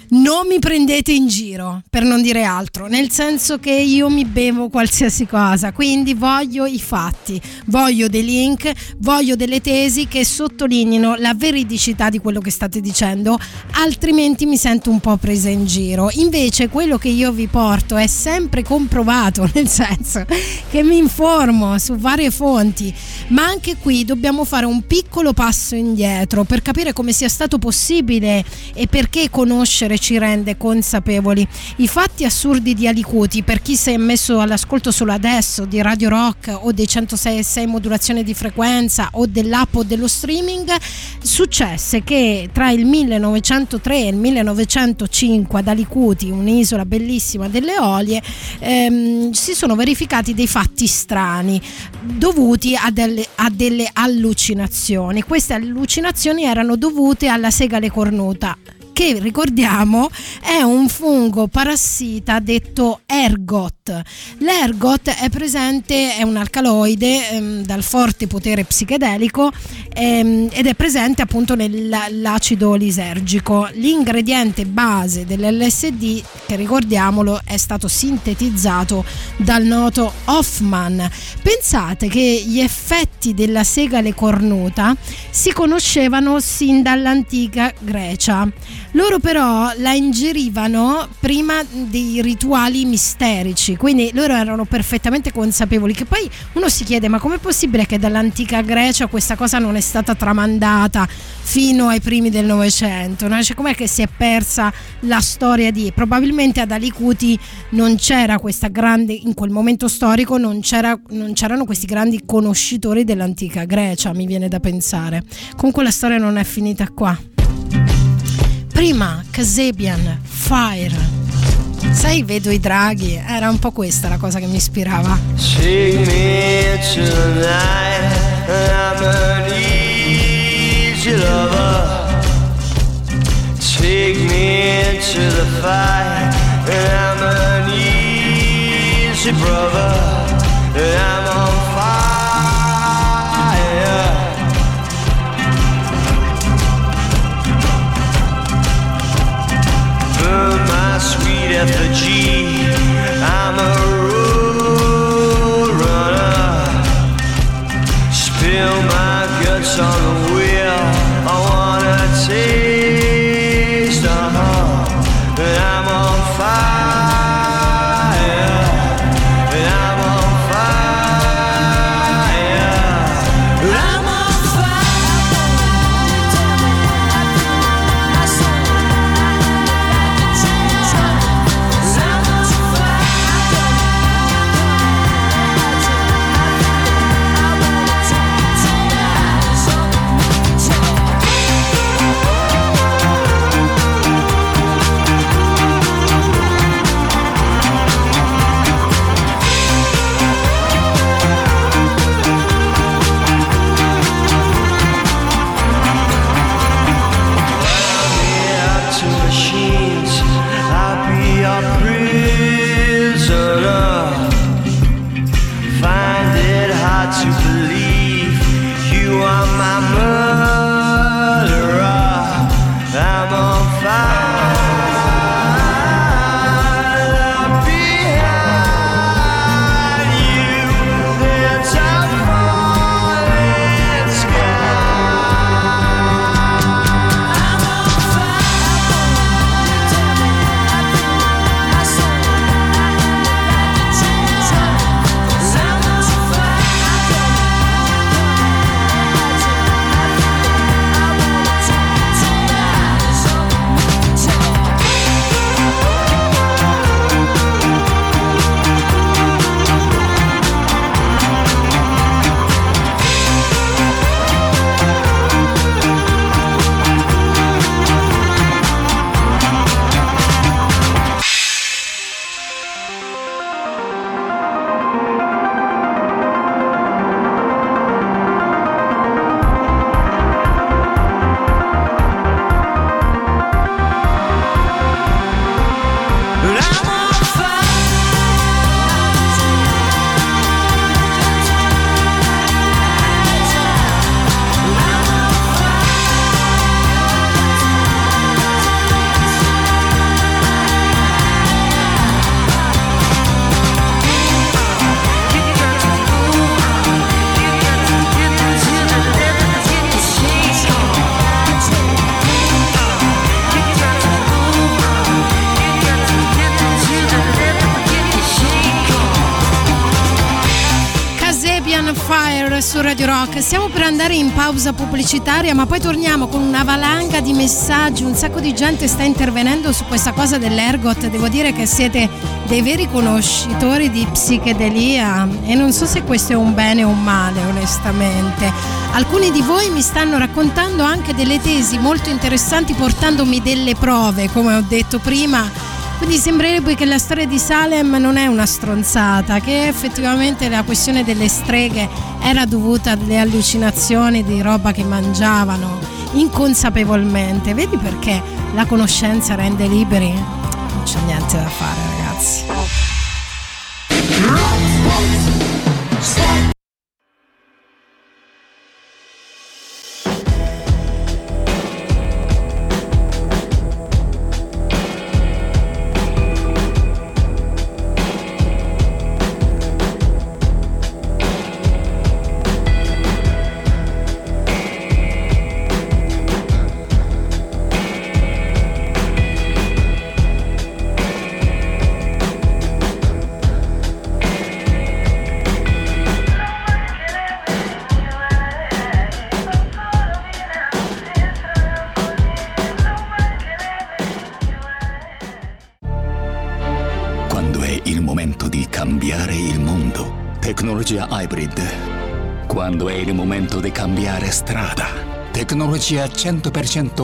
Non mi prendete in giro, per non dire altro, nel senso che io mi bevo qualsiasi cosa, quindi voglio i fatti, voglio dei link, voglio delle tesi che sottolineino la veridicità di quello che state dicendo, altrimenti mi sento un po' presa in giro. Invece quello che io vi porto è sempre comprovato, nel senso che mi informo su varie fonti, ma anche qui dobbiamo fare un piccolo passo indietro per capire come sia stato possibile e perché conoscere ci rende consapevoli. I fatti assurdi di Alicuti, per chi si è messo all'ascolto solo adesso di Radio Rock o dei 106.6 modulazione di frequenza o dell'app o dello streaming, successe che tra il 1903 e il 1905 ad Alicuti, un'isola bellissima delle Eolie, si sono verificati dei fatti strani dovuti a delle allucinazioni. Queste allucinazioni erano dovute alla segale cornuta, che ricordiamo è un fungo parassita detto ergot. L'ergot è presente, è un alcaloide dal forte potere psichedelico ed è presente appunto nell'acido lisergico. L'ingrediente base dell'LSD, che ricordiamolo, è stato sintetizzato dal noto Hoffman. Pensate che gli effetti della segale cornuta si conoscevano sin dall'antica Grecia. Loro però la ingerivano prima dei rituali misterici, quindi loro erano perfettamente consapevoli, che poi uno si chiede: ma com'è possibile che dall'antica Grecia questa cosa non è stata tramandata fino ai primi del Novecento, no? Cioè, com'è che si è persa la storia di... Probabilmente ad Alicuti non c'era questa grande, in quel momento storico non c'erano questi grandi conoscitori dell'antica Grecia, mi viene da pensare. Comunque la storia non è finita qua. Prima Kasabian, Fire. Sai, vedo i draghi, era un po' questa la cosa che mi ispirava. Take me tonight, I'm an easy lover. Take me to the fight, I'm an easy brother. I'm on fire. Burn my sweet effigy, I'm a road runner. Spill my guts on the wheel, I wanna taste and I'm on fire, and I'm on fire, I'm on fire. Fire su Radio Rock. Stiamo per andare in pausa pubblicitaria, ma poi torniamo con una valanga di messaggi. Un sacco di gente sta intervenendo su questa cosa dell'ergot. Devo dire che siete dei veri conoscitori di psichedelia e non so se questo è un bene o un male, onestamente. Alcuni di voi mi stanno raccontando anche delle tesi molto interessanti, portandomi delle prove, come ho detto prima. Quindi sembrerebbe che la storia di Salem non è una stronzata, che effettivamente la questione delle streghe era dovuta alle allucinazioni di roba che mangiavano inconsapevolmente. Vedi perché la conoscenza rende liberi? Non c'è niente da fare, ragazzi. Tecnologia hybrid. Quando è il momento di cambiare strada. Tecnologia 100%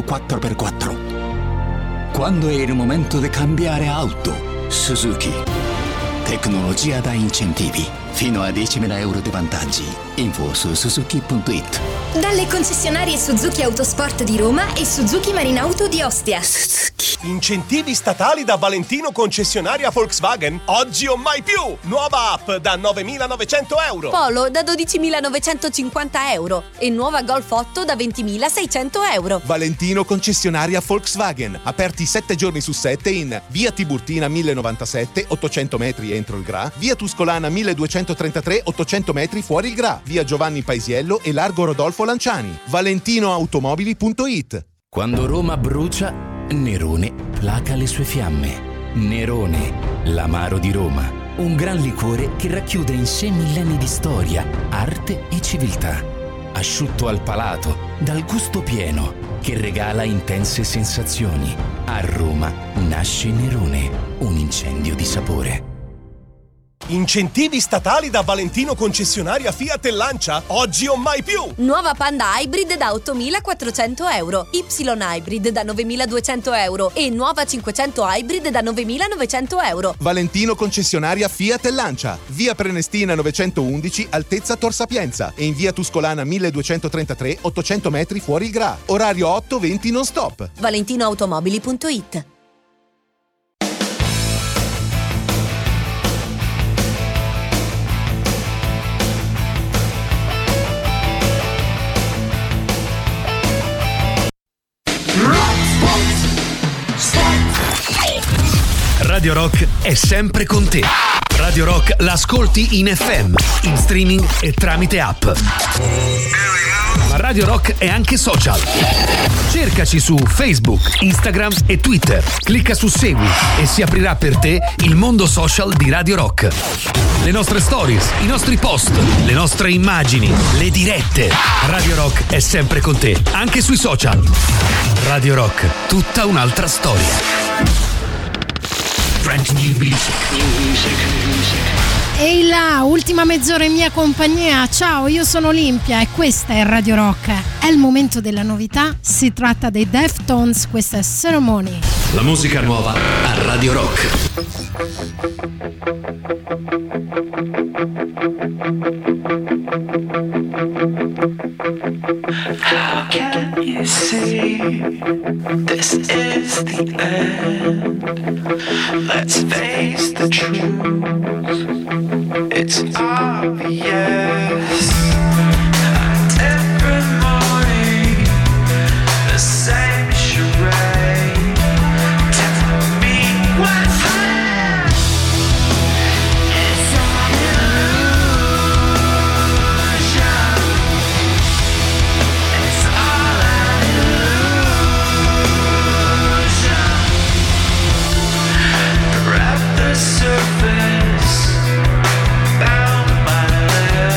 4x4. Quando è il momento di cambiare auto. Suzuki. Tecnologia da incentivi. Fino a 10.000 euro di vantaggi. Info su suzuki.it. Dalle concessionarie Suzuki Autosport di Roma e Suzuki Marinauto di Ostia. Incentivi statali da Valentino concessionaria Volkswagen. Oggi o mai più. Nuova app da 9.900 euro. Polo da 12.950 euro. E nuova Golf 8 da 20.600 euro. Valentino concessionaria Volkswagen. Aperti 7 giorni su 7 in via Tiburtina 1097, 800 metri entro il Gra. Via Tuscolana 1233, 800 metri fuori il Gra. Via Giovanni Paisiello e largo Rodolfo Lanciani. ValentinoAutomobili.it. Quando Roma brucia, Nerone placa le sue fiamme. Nerone, l'amaro di Roma. Un gran liquore che racchiude in sé millenni di storia, arte e civiltà. Asciutto al palato, dal gusto pieno, che regala intense sensazioni. A Roma nasce Nerone, un incendio di sapore. Incentivi statali da Valentino concessionaria Fiat e Lancia. Oggi o mai più. Nuova Panda Hybrid da 8.400 euro. Y Hybrid da 9.200 euro. E nuova 500 Hybrid da 9.900 euro. Valentino concessionaria Fiat e Lancia. Via Prenestina 911, altezza Tor Sapienza. E in via Tuscolana 1233, 800 metri fuori il Gra. Orario 8-20 non stop. ValentinoAutomobili.it. Radio Rock è sempre con te. Radio Rock l'ascolti in FM, in streaming e tramite app. Ma Radio Rock è anche social. Cercaci su Facebook, Instagram e Twitter. Clicca su Segui e si aprirà per te il mondo social di Radio Rock. Le nostre stories, i nostri post, le nostre immagini, le dirette. Radio Rock è sempre con te, anche sui social. Radio Rock, tutta un'altra storia. Ehi là, ultima mezz'ora in mia compagnia. Ciao, io sono Olimpia e questa è Radio Rock. È il momento della novità, si tratta dei Deftones, questa è Ceremony. La musica nuova a Radio Rock. How can you see this is the end? Let's face the truth, it's obvious. And every morning, the same charade. Tell me what's there. It's all illusion. It's all an illusion. Wrap the surface, bound by the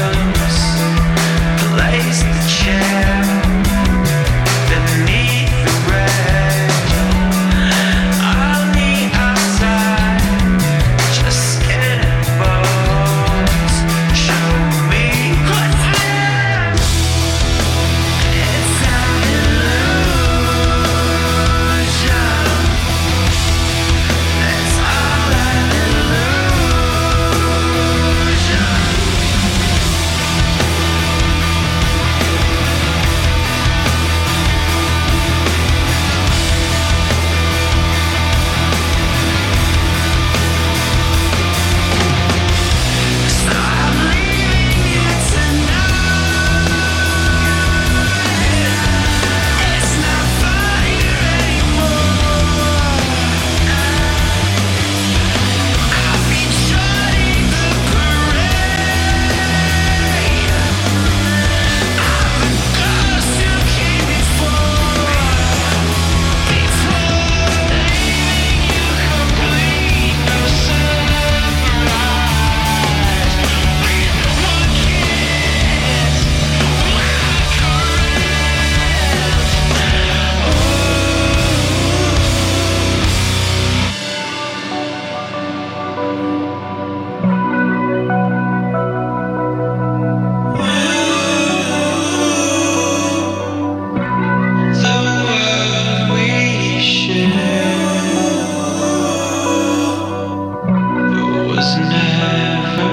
was never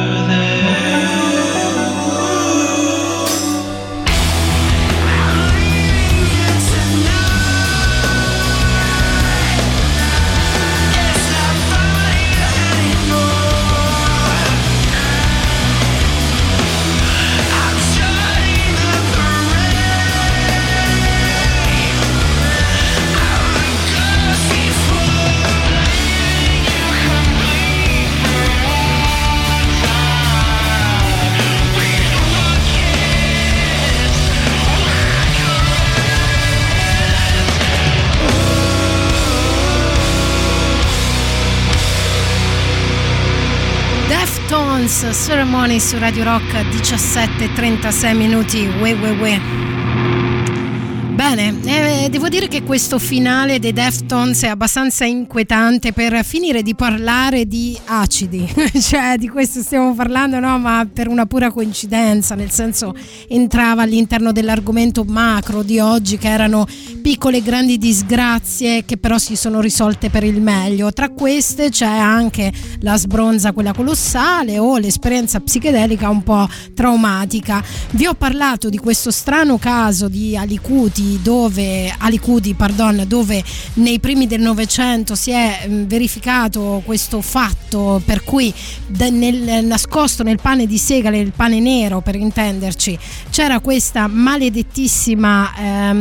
Ceremony su Radio Rock, 17:36 minuti. Bene, devo dire che questo finale dei Deftones è abbastanza inquietante per finire di parlare di acidi, cioè di questo stiamo parlando, no? Ma per una pura coincidenza, nel senso entrava all'interno dell'argomento macro di oggi, che erano piccole e grandi disgrazie che però si sono risolte per il meglio. Tra queste c'è anche la sbronza, quella colossale, o l'esperienza psichedelica un po' traumatica. Vi ho parlato di questo strano caso di Alicudi, dove nei primi del Novecento si è verificato questo fatto per cui nascosto nel pane di segale, nel pane nero per intenderci, c'era questa maledettissima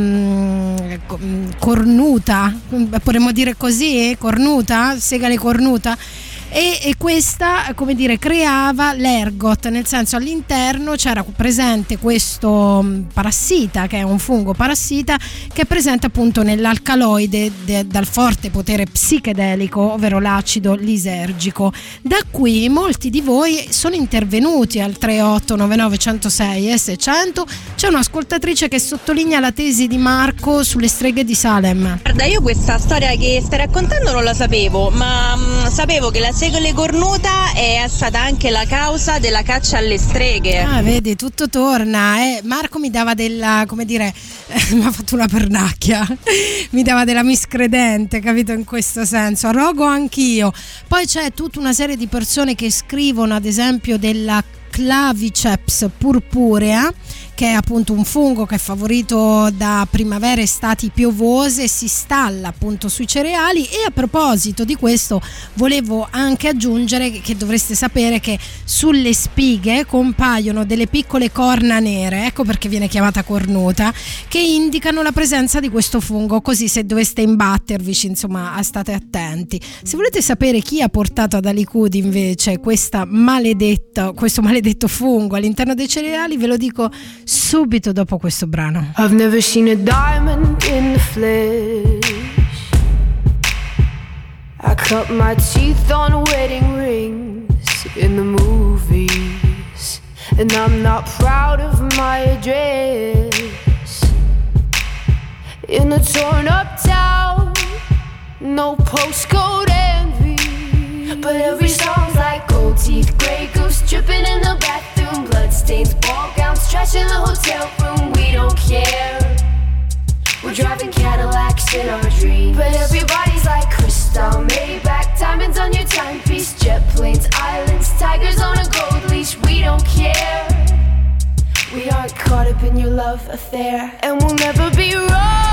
cornuta, potremmo dire così, segale cornuta. E questa, come dire, creava l'ergot, nel senso all'interno c'era presente questo parassita, che è un fungo parassita che è presente appunto nell'alcaloide dal forte potere psichedelico, ovvero l'acido lisergico. Da qui molti di voi sono intervenuti al 3899 106 e 600. C'è un'ascoltatrice che sottolinea la tesi di Marco sulle streghe di Salem. Guarda, io questa storia che stai raccontando non la sapevo, ma sapevo che la segale cornuta è stata anche la causa della caccia alle streghe. Ah, vedi, tutto torna. Marco mi dava della, come dire, mi ha fatto una pernacchia, mi dava della miscredente, capito, in questo senso. Rogo anch'io. Poi c'è tutta una serie di persone che scrivono, ad esempio, della Claviceps purpurea, che è appunto un fungo che è favorito da primavere e estati piovose, si installa appunto sui cereali. E a proposito di questo volevo anche aggiungere che dovreste sapere che sulle spighe compaiono delle piccole corna nere, ecco perché viene chiamata cornuta, che indicano la presenza di questo fungo, così se doveste imbattervici, insomma, state attenti. Se volete sapere chi ha portato ad Alicudi invece questo maledetto fungo all'interno dei cereali, ve lo dico subito dopo questo brano. I've never seen a diamond in the flesh. I cut my teeth on wedding rings in the movies, and I'm not proud of my address. In a torn up town, no postcode envy, but every song's like gold teeth, grey goose dripping in the bathroom, bloodstains, ball gowns, trash in the hotel room. We don't care. We're driving Cadillacs in our dreams, but everybody's like crystal, Maybach, diamonds on your timepiece, jet planes, islands, tigers on a gold leash. We don't care. We aren't caught up in your love affair, and we'll never be royals.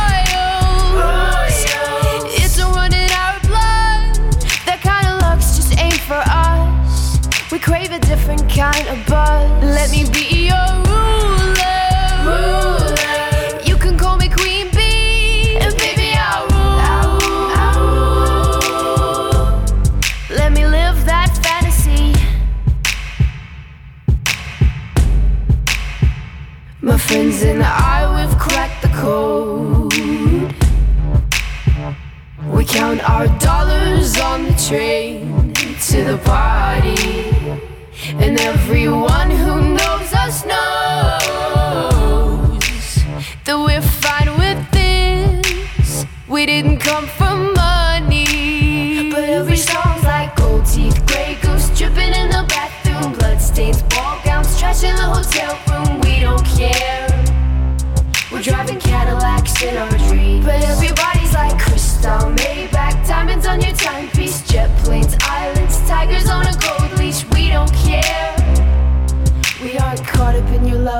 It's a run in our blood. That kind of luck's just ain't for us. We crave a different kind of buzz. Let me be your ruler. You can call me Queen Bee, and baby I'll rule. Let me live that fantasy. My friends and I, we've cracked the code. We count our dollars on the train to the party, and everyone who knows us knows that we're fine with this. We didn't come for money, but every song's like gold teeth, grey goose dripping in the bathroom, bloodstains, ball gowns, trash in the hotel room. We don't care. We're driving Cadillacs in our dreams, but everybody's like crystal, Maybach, diamonds on your timepiece, jet planes, islands, tigers on a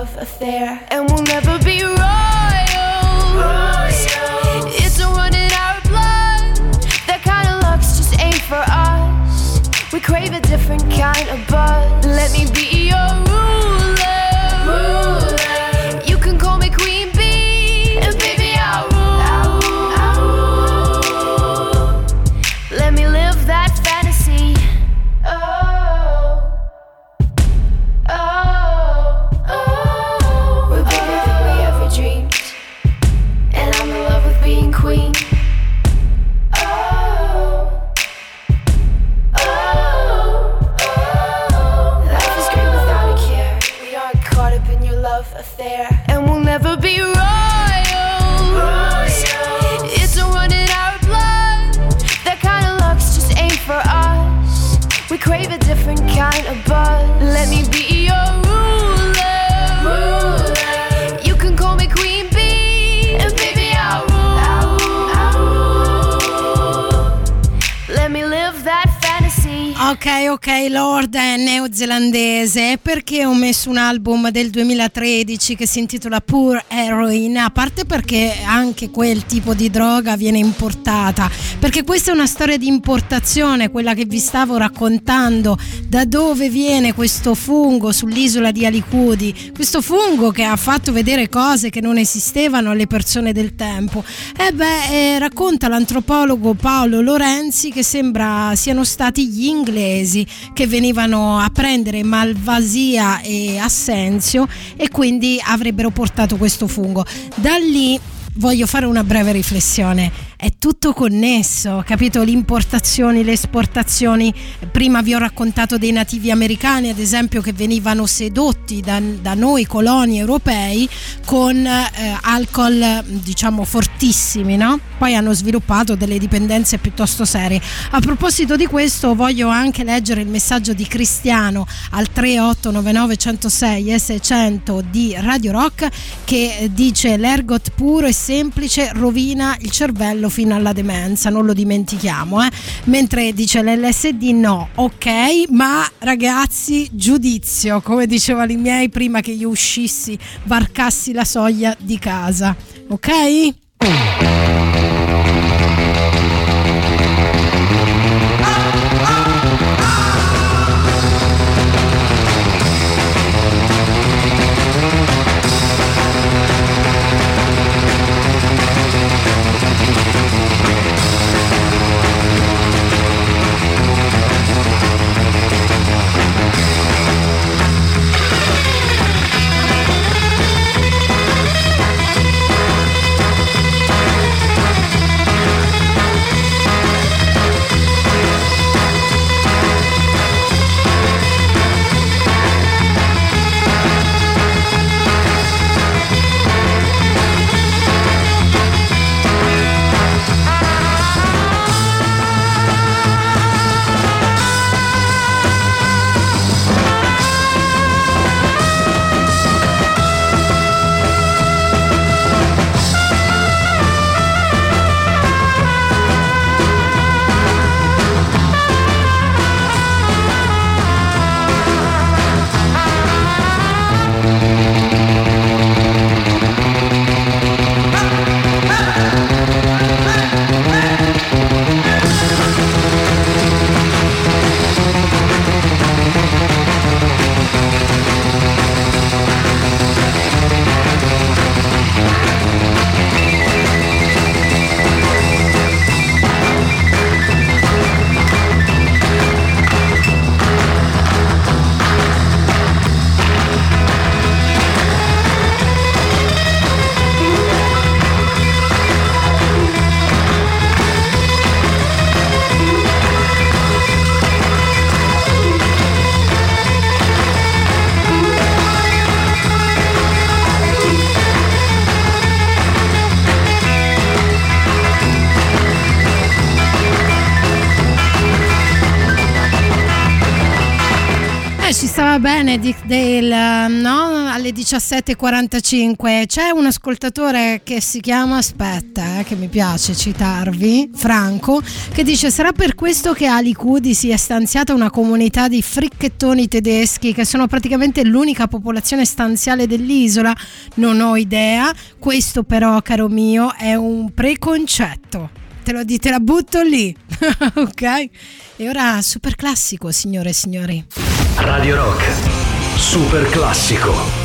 love affair, and we'll never be royals. It's a run in our blood. That kind of luck's just ain't for us. We crave a different kind of buzz. Let me be your ruler. You can call me Queen Bee, and baby I'll rule. Let me live that fantasy. We're bigger than we ever dreamed, and I'm in love with being queen. Life is great without a care. We aren't caught up in your love affair, and we'll never be royals. It's a run in our blood. That kind of luck's just ain't for us. We crave a different kind of buzz. Let me be your ruler. You can call me Queen Bee, and baby I'll rule. Let me live that fantasy. Ok, Lord è neozelandese. Perché ho messo un album del 2013 che si intitola Pure Heroin? A parte perché anche quel tipo di droga viene importata, perché questa è una storia di importazione, quella che vi stavo raccontando, da dove viene questo fungo sull'isola di Alicudi, questo fungo che ha fatto vedere cose che non esistevano alle persone del tempo. Racconta l'antropologo Paolo Lorenzi che sembra siano stati gli inglesi che venivano a prendere Malvasia e Assenzio e quindi avrebbero portato questo fungo. Da lì voglio fare una breve riflessione. È tutto connesso, capito? Le importazioni, le esportazioni. Prima vi ho raccontato dei nativi americani, ad esempio, che venivano sedotti da noi coloni europei con alcol, diciamo, fortissimi, no? Poi hanno sviluppato delle dipendenze piuttosto serie. A proposito di questo voglio anche leggere il messaggio di Cristiano al 3899 106 e 600 di Radio Rock, che dice: l'ergot puro e semplice rovina il cervello fino alla demenza, non lo dimentichiamo, mentre dice l'LSD no. Ok, ma ragazzi, giudizio, come dicevano i miei prima che io uscissi, varcassi la soglia di casa, ok? ci stava bene Dick Dale, no? Alle 17:45. C'è un ascoltatore che si chiama, aspetta, che mi piace citarvi, Franco, che dice: sarà per questo che a Licudi si è stanziata una comunità di fricchettoni tedeschi che sono praticamente l'unica popolazione stanziale dell'isola? Non ho idea, questo però, caro mio, è un preconcetto. Te la butto lì. Ok? E ora super classico, signore e signori. Radio Rock, super classico.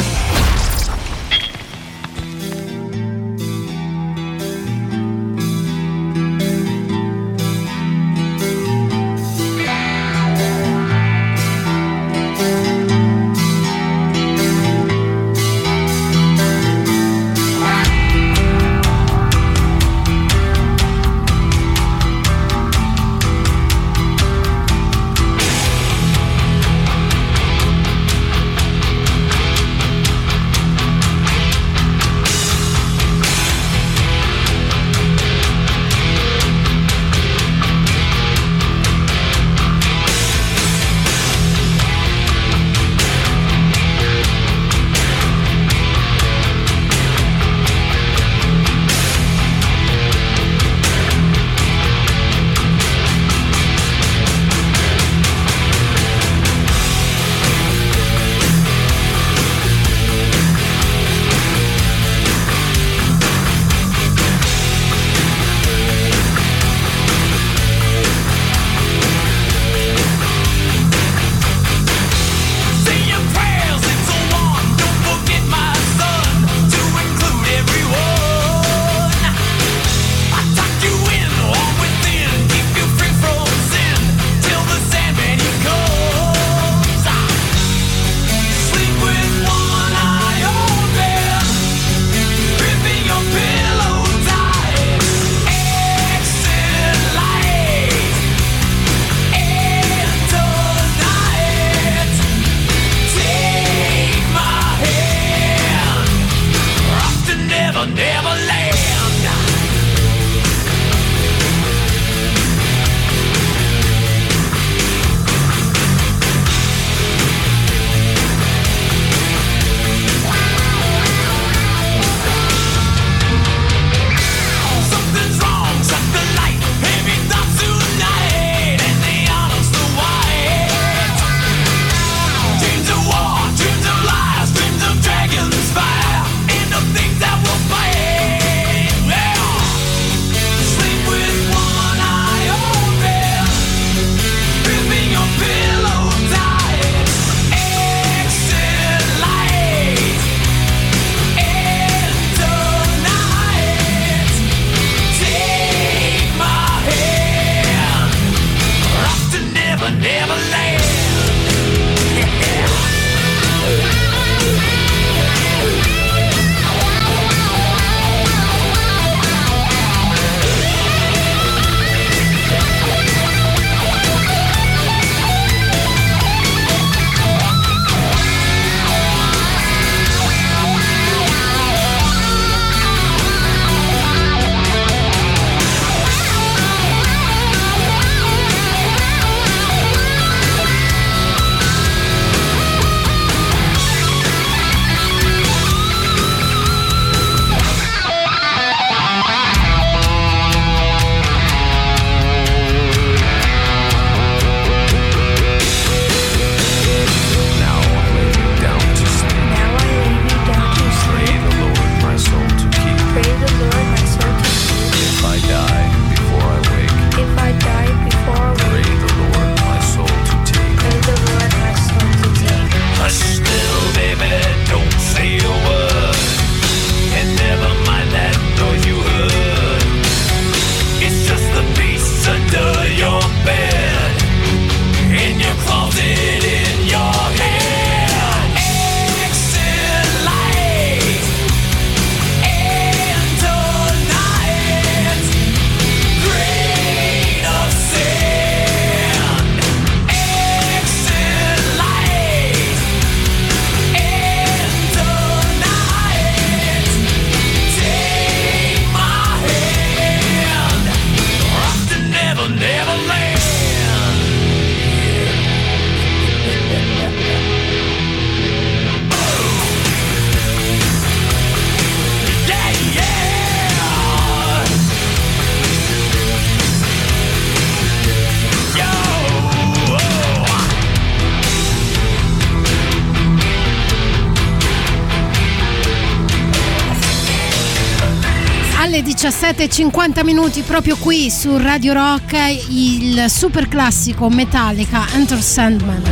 17:50 proprio qui su Radio Rock, il super classico Metallica, Enter Sandman.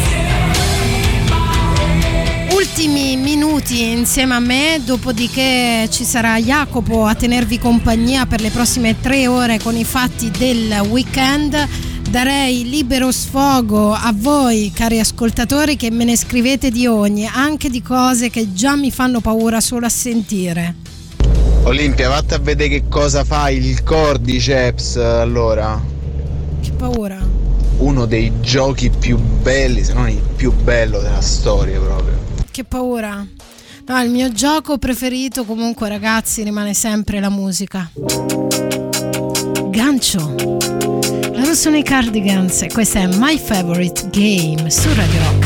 Ultimi minuti insieme a me, dopodiché ci sarà Jacopo a tenervi compagnia per le prossime 3 ore con i fatti del weekend. Darei libero sfogo a voi, cari ascoltatori, che me ne scrivete di ogni, anche di cose che già mi fanno paura solo a sentire. Olimpia, vatti a vedere che cosa fa il Cordyceps allora. Che paura. Uno dei giochi più belli, se non il più bello della storia proprio. Che paura. No, il mio gioco preferito comunque, ragazzi, rimane sempre la musica. Gancio. Loro sono i Cardigans e questa è My Favorite Game su Radio Rock.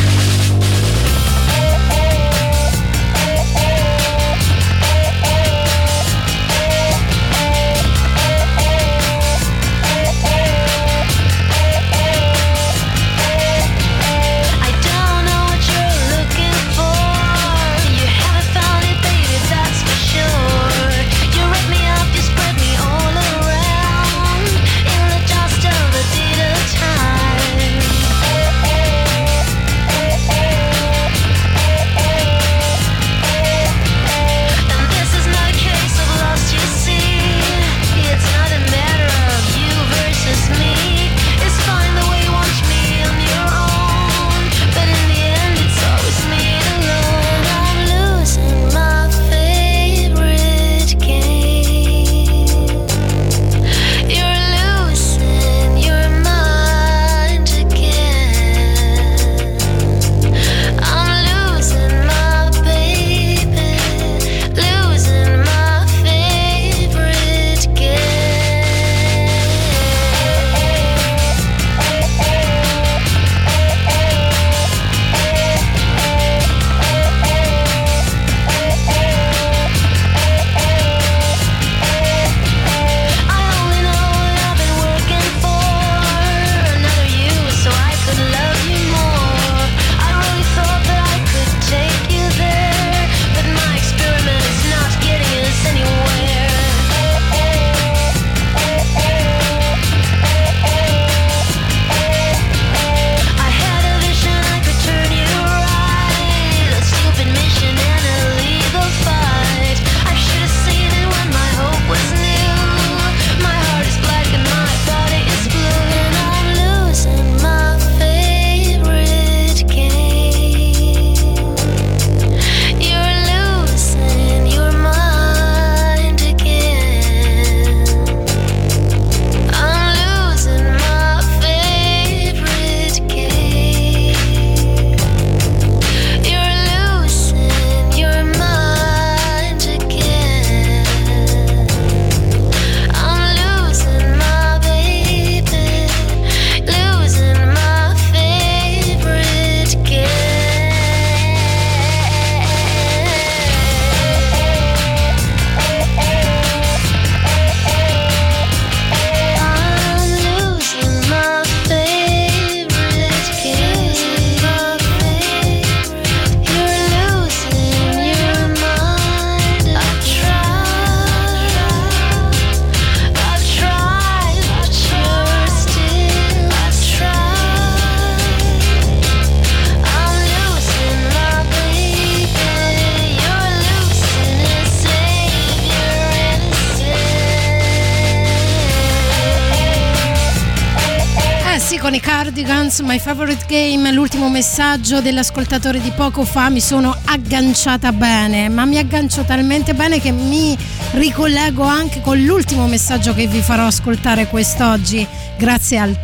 Con i Cardigans, My Favorite Game, l'ultimo messaggio dell'ascoltatore di poco fa, mi sono agganciata bene, ma mi aggancio talmente bene che mi ricollego anche con l'ultimo messaggio che vi farò ascoltare quest'oggi, grazie al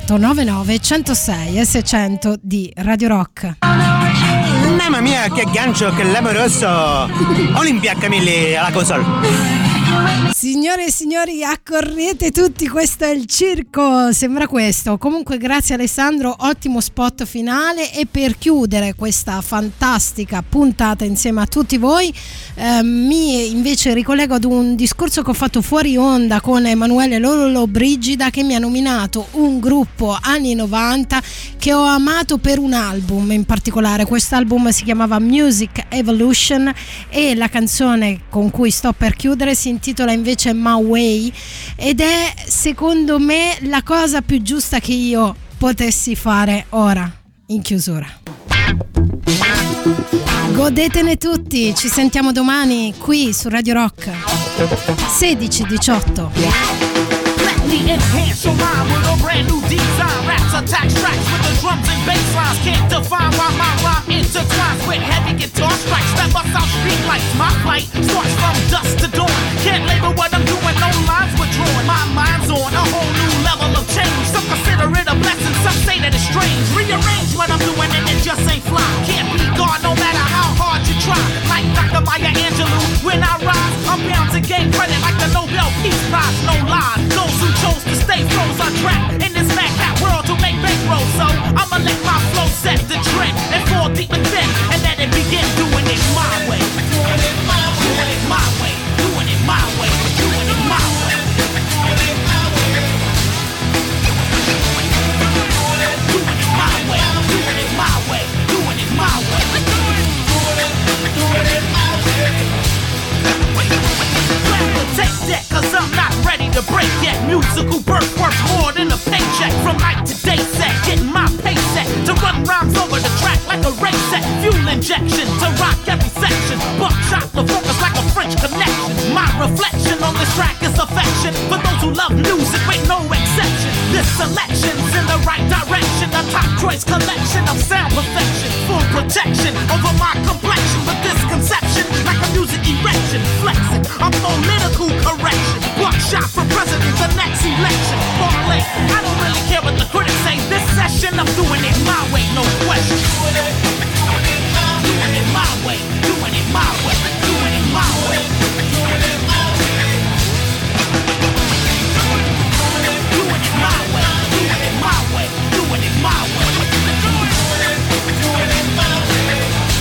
3899 106 e 600 di Radio Rock. Mamma mia, che aggancio, che lamoroso! Olimpia Camilli alla console. Signore e signori, accorrete tutti, questo è il circo, sembra questo. Comunque grazie Alessandro, ottimo spot finale, e per chiudere questa fantastica puntata insieme a tutti voi mi invece ricollego ad un discorso che ho fatto fuori onda con Emanuele Lollobrigida, che mi ha nominato un gruppo anni 90 che ho amato per un album in particolare. Quest'album si chiamava Music Evolution e la canzone con cui sto per chiudere si intitola intitola invece My Way, ed è secondo me la cosa più giusta che io potessi fare ora in chiusura. Godetene tutti, ci sentiamo domani qui su Radio Rock 16-18. The enhance your mind with a brand new design. Raps attack tracks with the drums and bass lines. Can't define why my rhyme intertwines with heavy guitar strikes that bust out street lights. My flight starts from dusk to dawn. Can't label what I'm doing, no lines withdrawn. My mind's on a whole new level of change. Some consider it a blessing, some say that it's strange. Rearrange what I'm doing and it just ain't fly. Can't be God no matter how hard you try. Like Dr. Maya Angelou, when I rise, I'm bound to gain credit like the Nobel Peace Prize. No lie, those who chose to stay froze are trapped in this mad cat world to make bankroll. So I'ma let my flow set the trend and fall deep within and let it begin. Doing it my way, doing it my way, doing it my way, doing it my way, doing it my way, doing it my way, doing it my way, doing it my way, doing it my way, doing it my way. Take that, cause I'm not ready to break yet. Musical birth worth more than a paycheck. From night to day set, getting my pay set to run rhymes over the track like a race set. Fuel injection to rock every section. Buckshot the focus like a French connection. My reflection on this track is affection for those who love music with no exception. This selection's in the right direction. A top choice collection of sound perfection. Full protection over my complexion. But this conception like a music erection. Flexing, I'm political correction. Buckshot for president, the next election. Parlay, I don't really care what the critics say. This session, I'm doing it my way, no question. Doing it my way, doing it my way, doing it my way, doing it my way. Doing it my way, doing it my way, doing it my way. Doing it my way.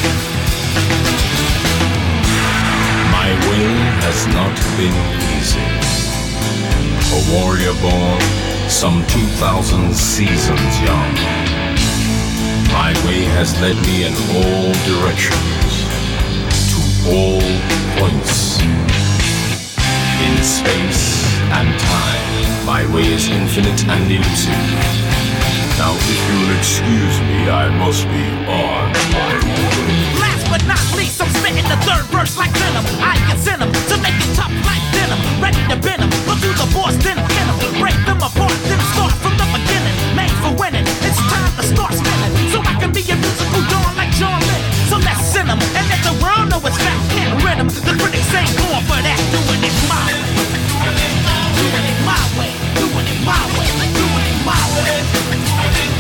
My way has not been easy. A warrior born, some 2,000 seasons young. My way has led me in all directions, to all points. In space and time, my way is infinite and elusive. Now if you'll excuse me, I must be on my way. Last but not least, I'm spitting the third verse like venom. I can send them to make it tough like denim. Ready to bend them, go through the boards, then pin them. Break them apart, then start from the beginning. Made for winning, it's time to start spinning. So I can be a musical dawn like John Lennon. So let's send them, and let the world know it's back. Can't rid them, the critics ain't going for that. Doing it my way, doing it my way, doing it my way, doing it my way, doing it my way.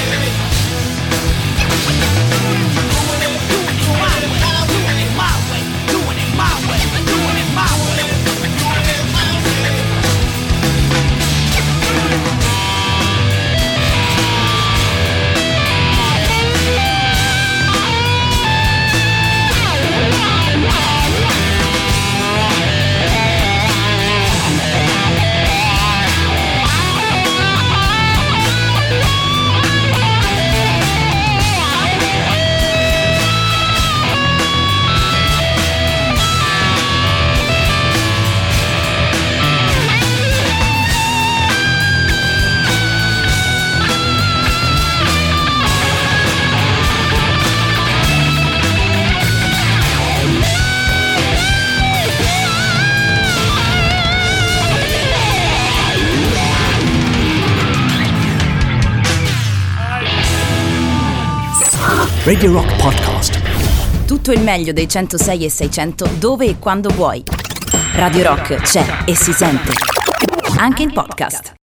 Radio Rock Podcast. Tutto il meglio dei 106 e 600 dove e quando vuoi. Radio Rock c'è e si sente. Anche in podcast.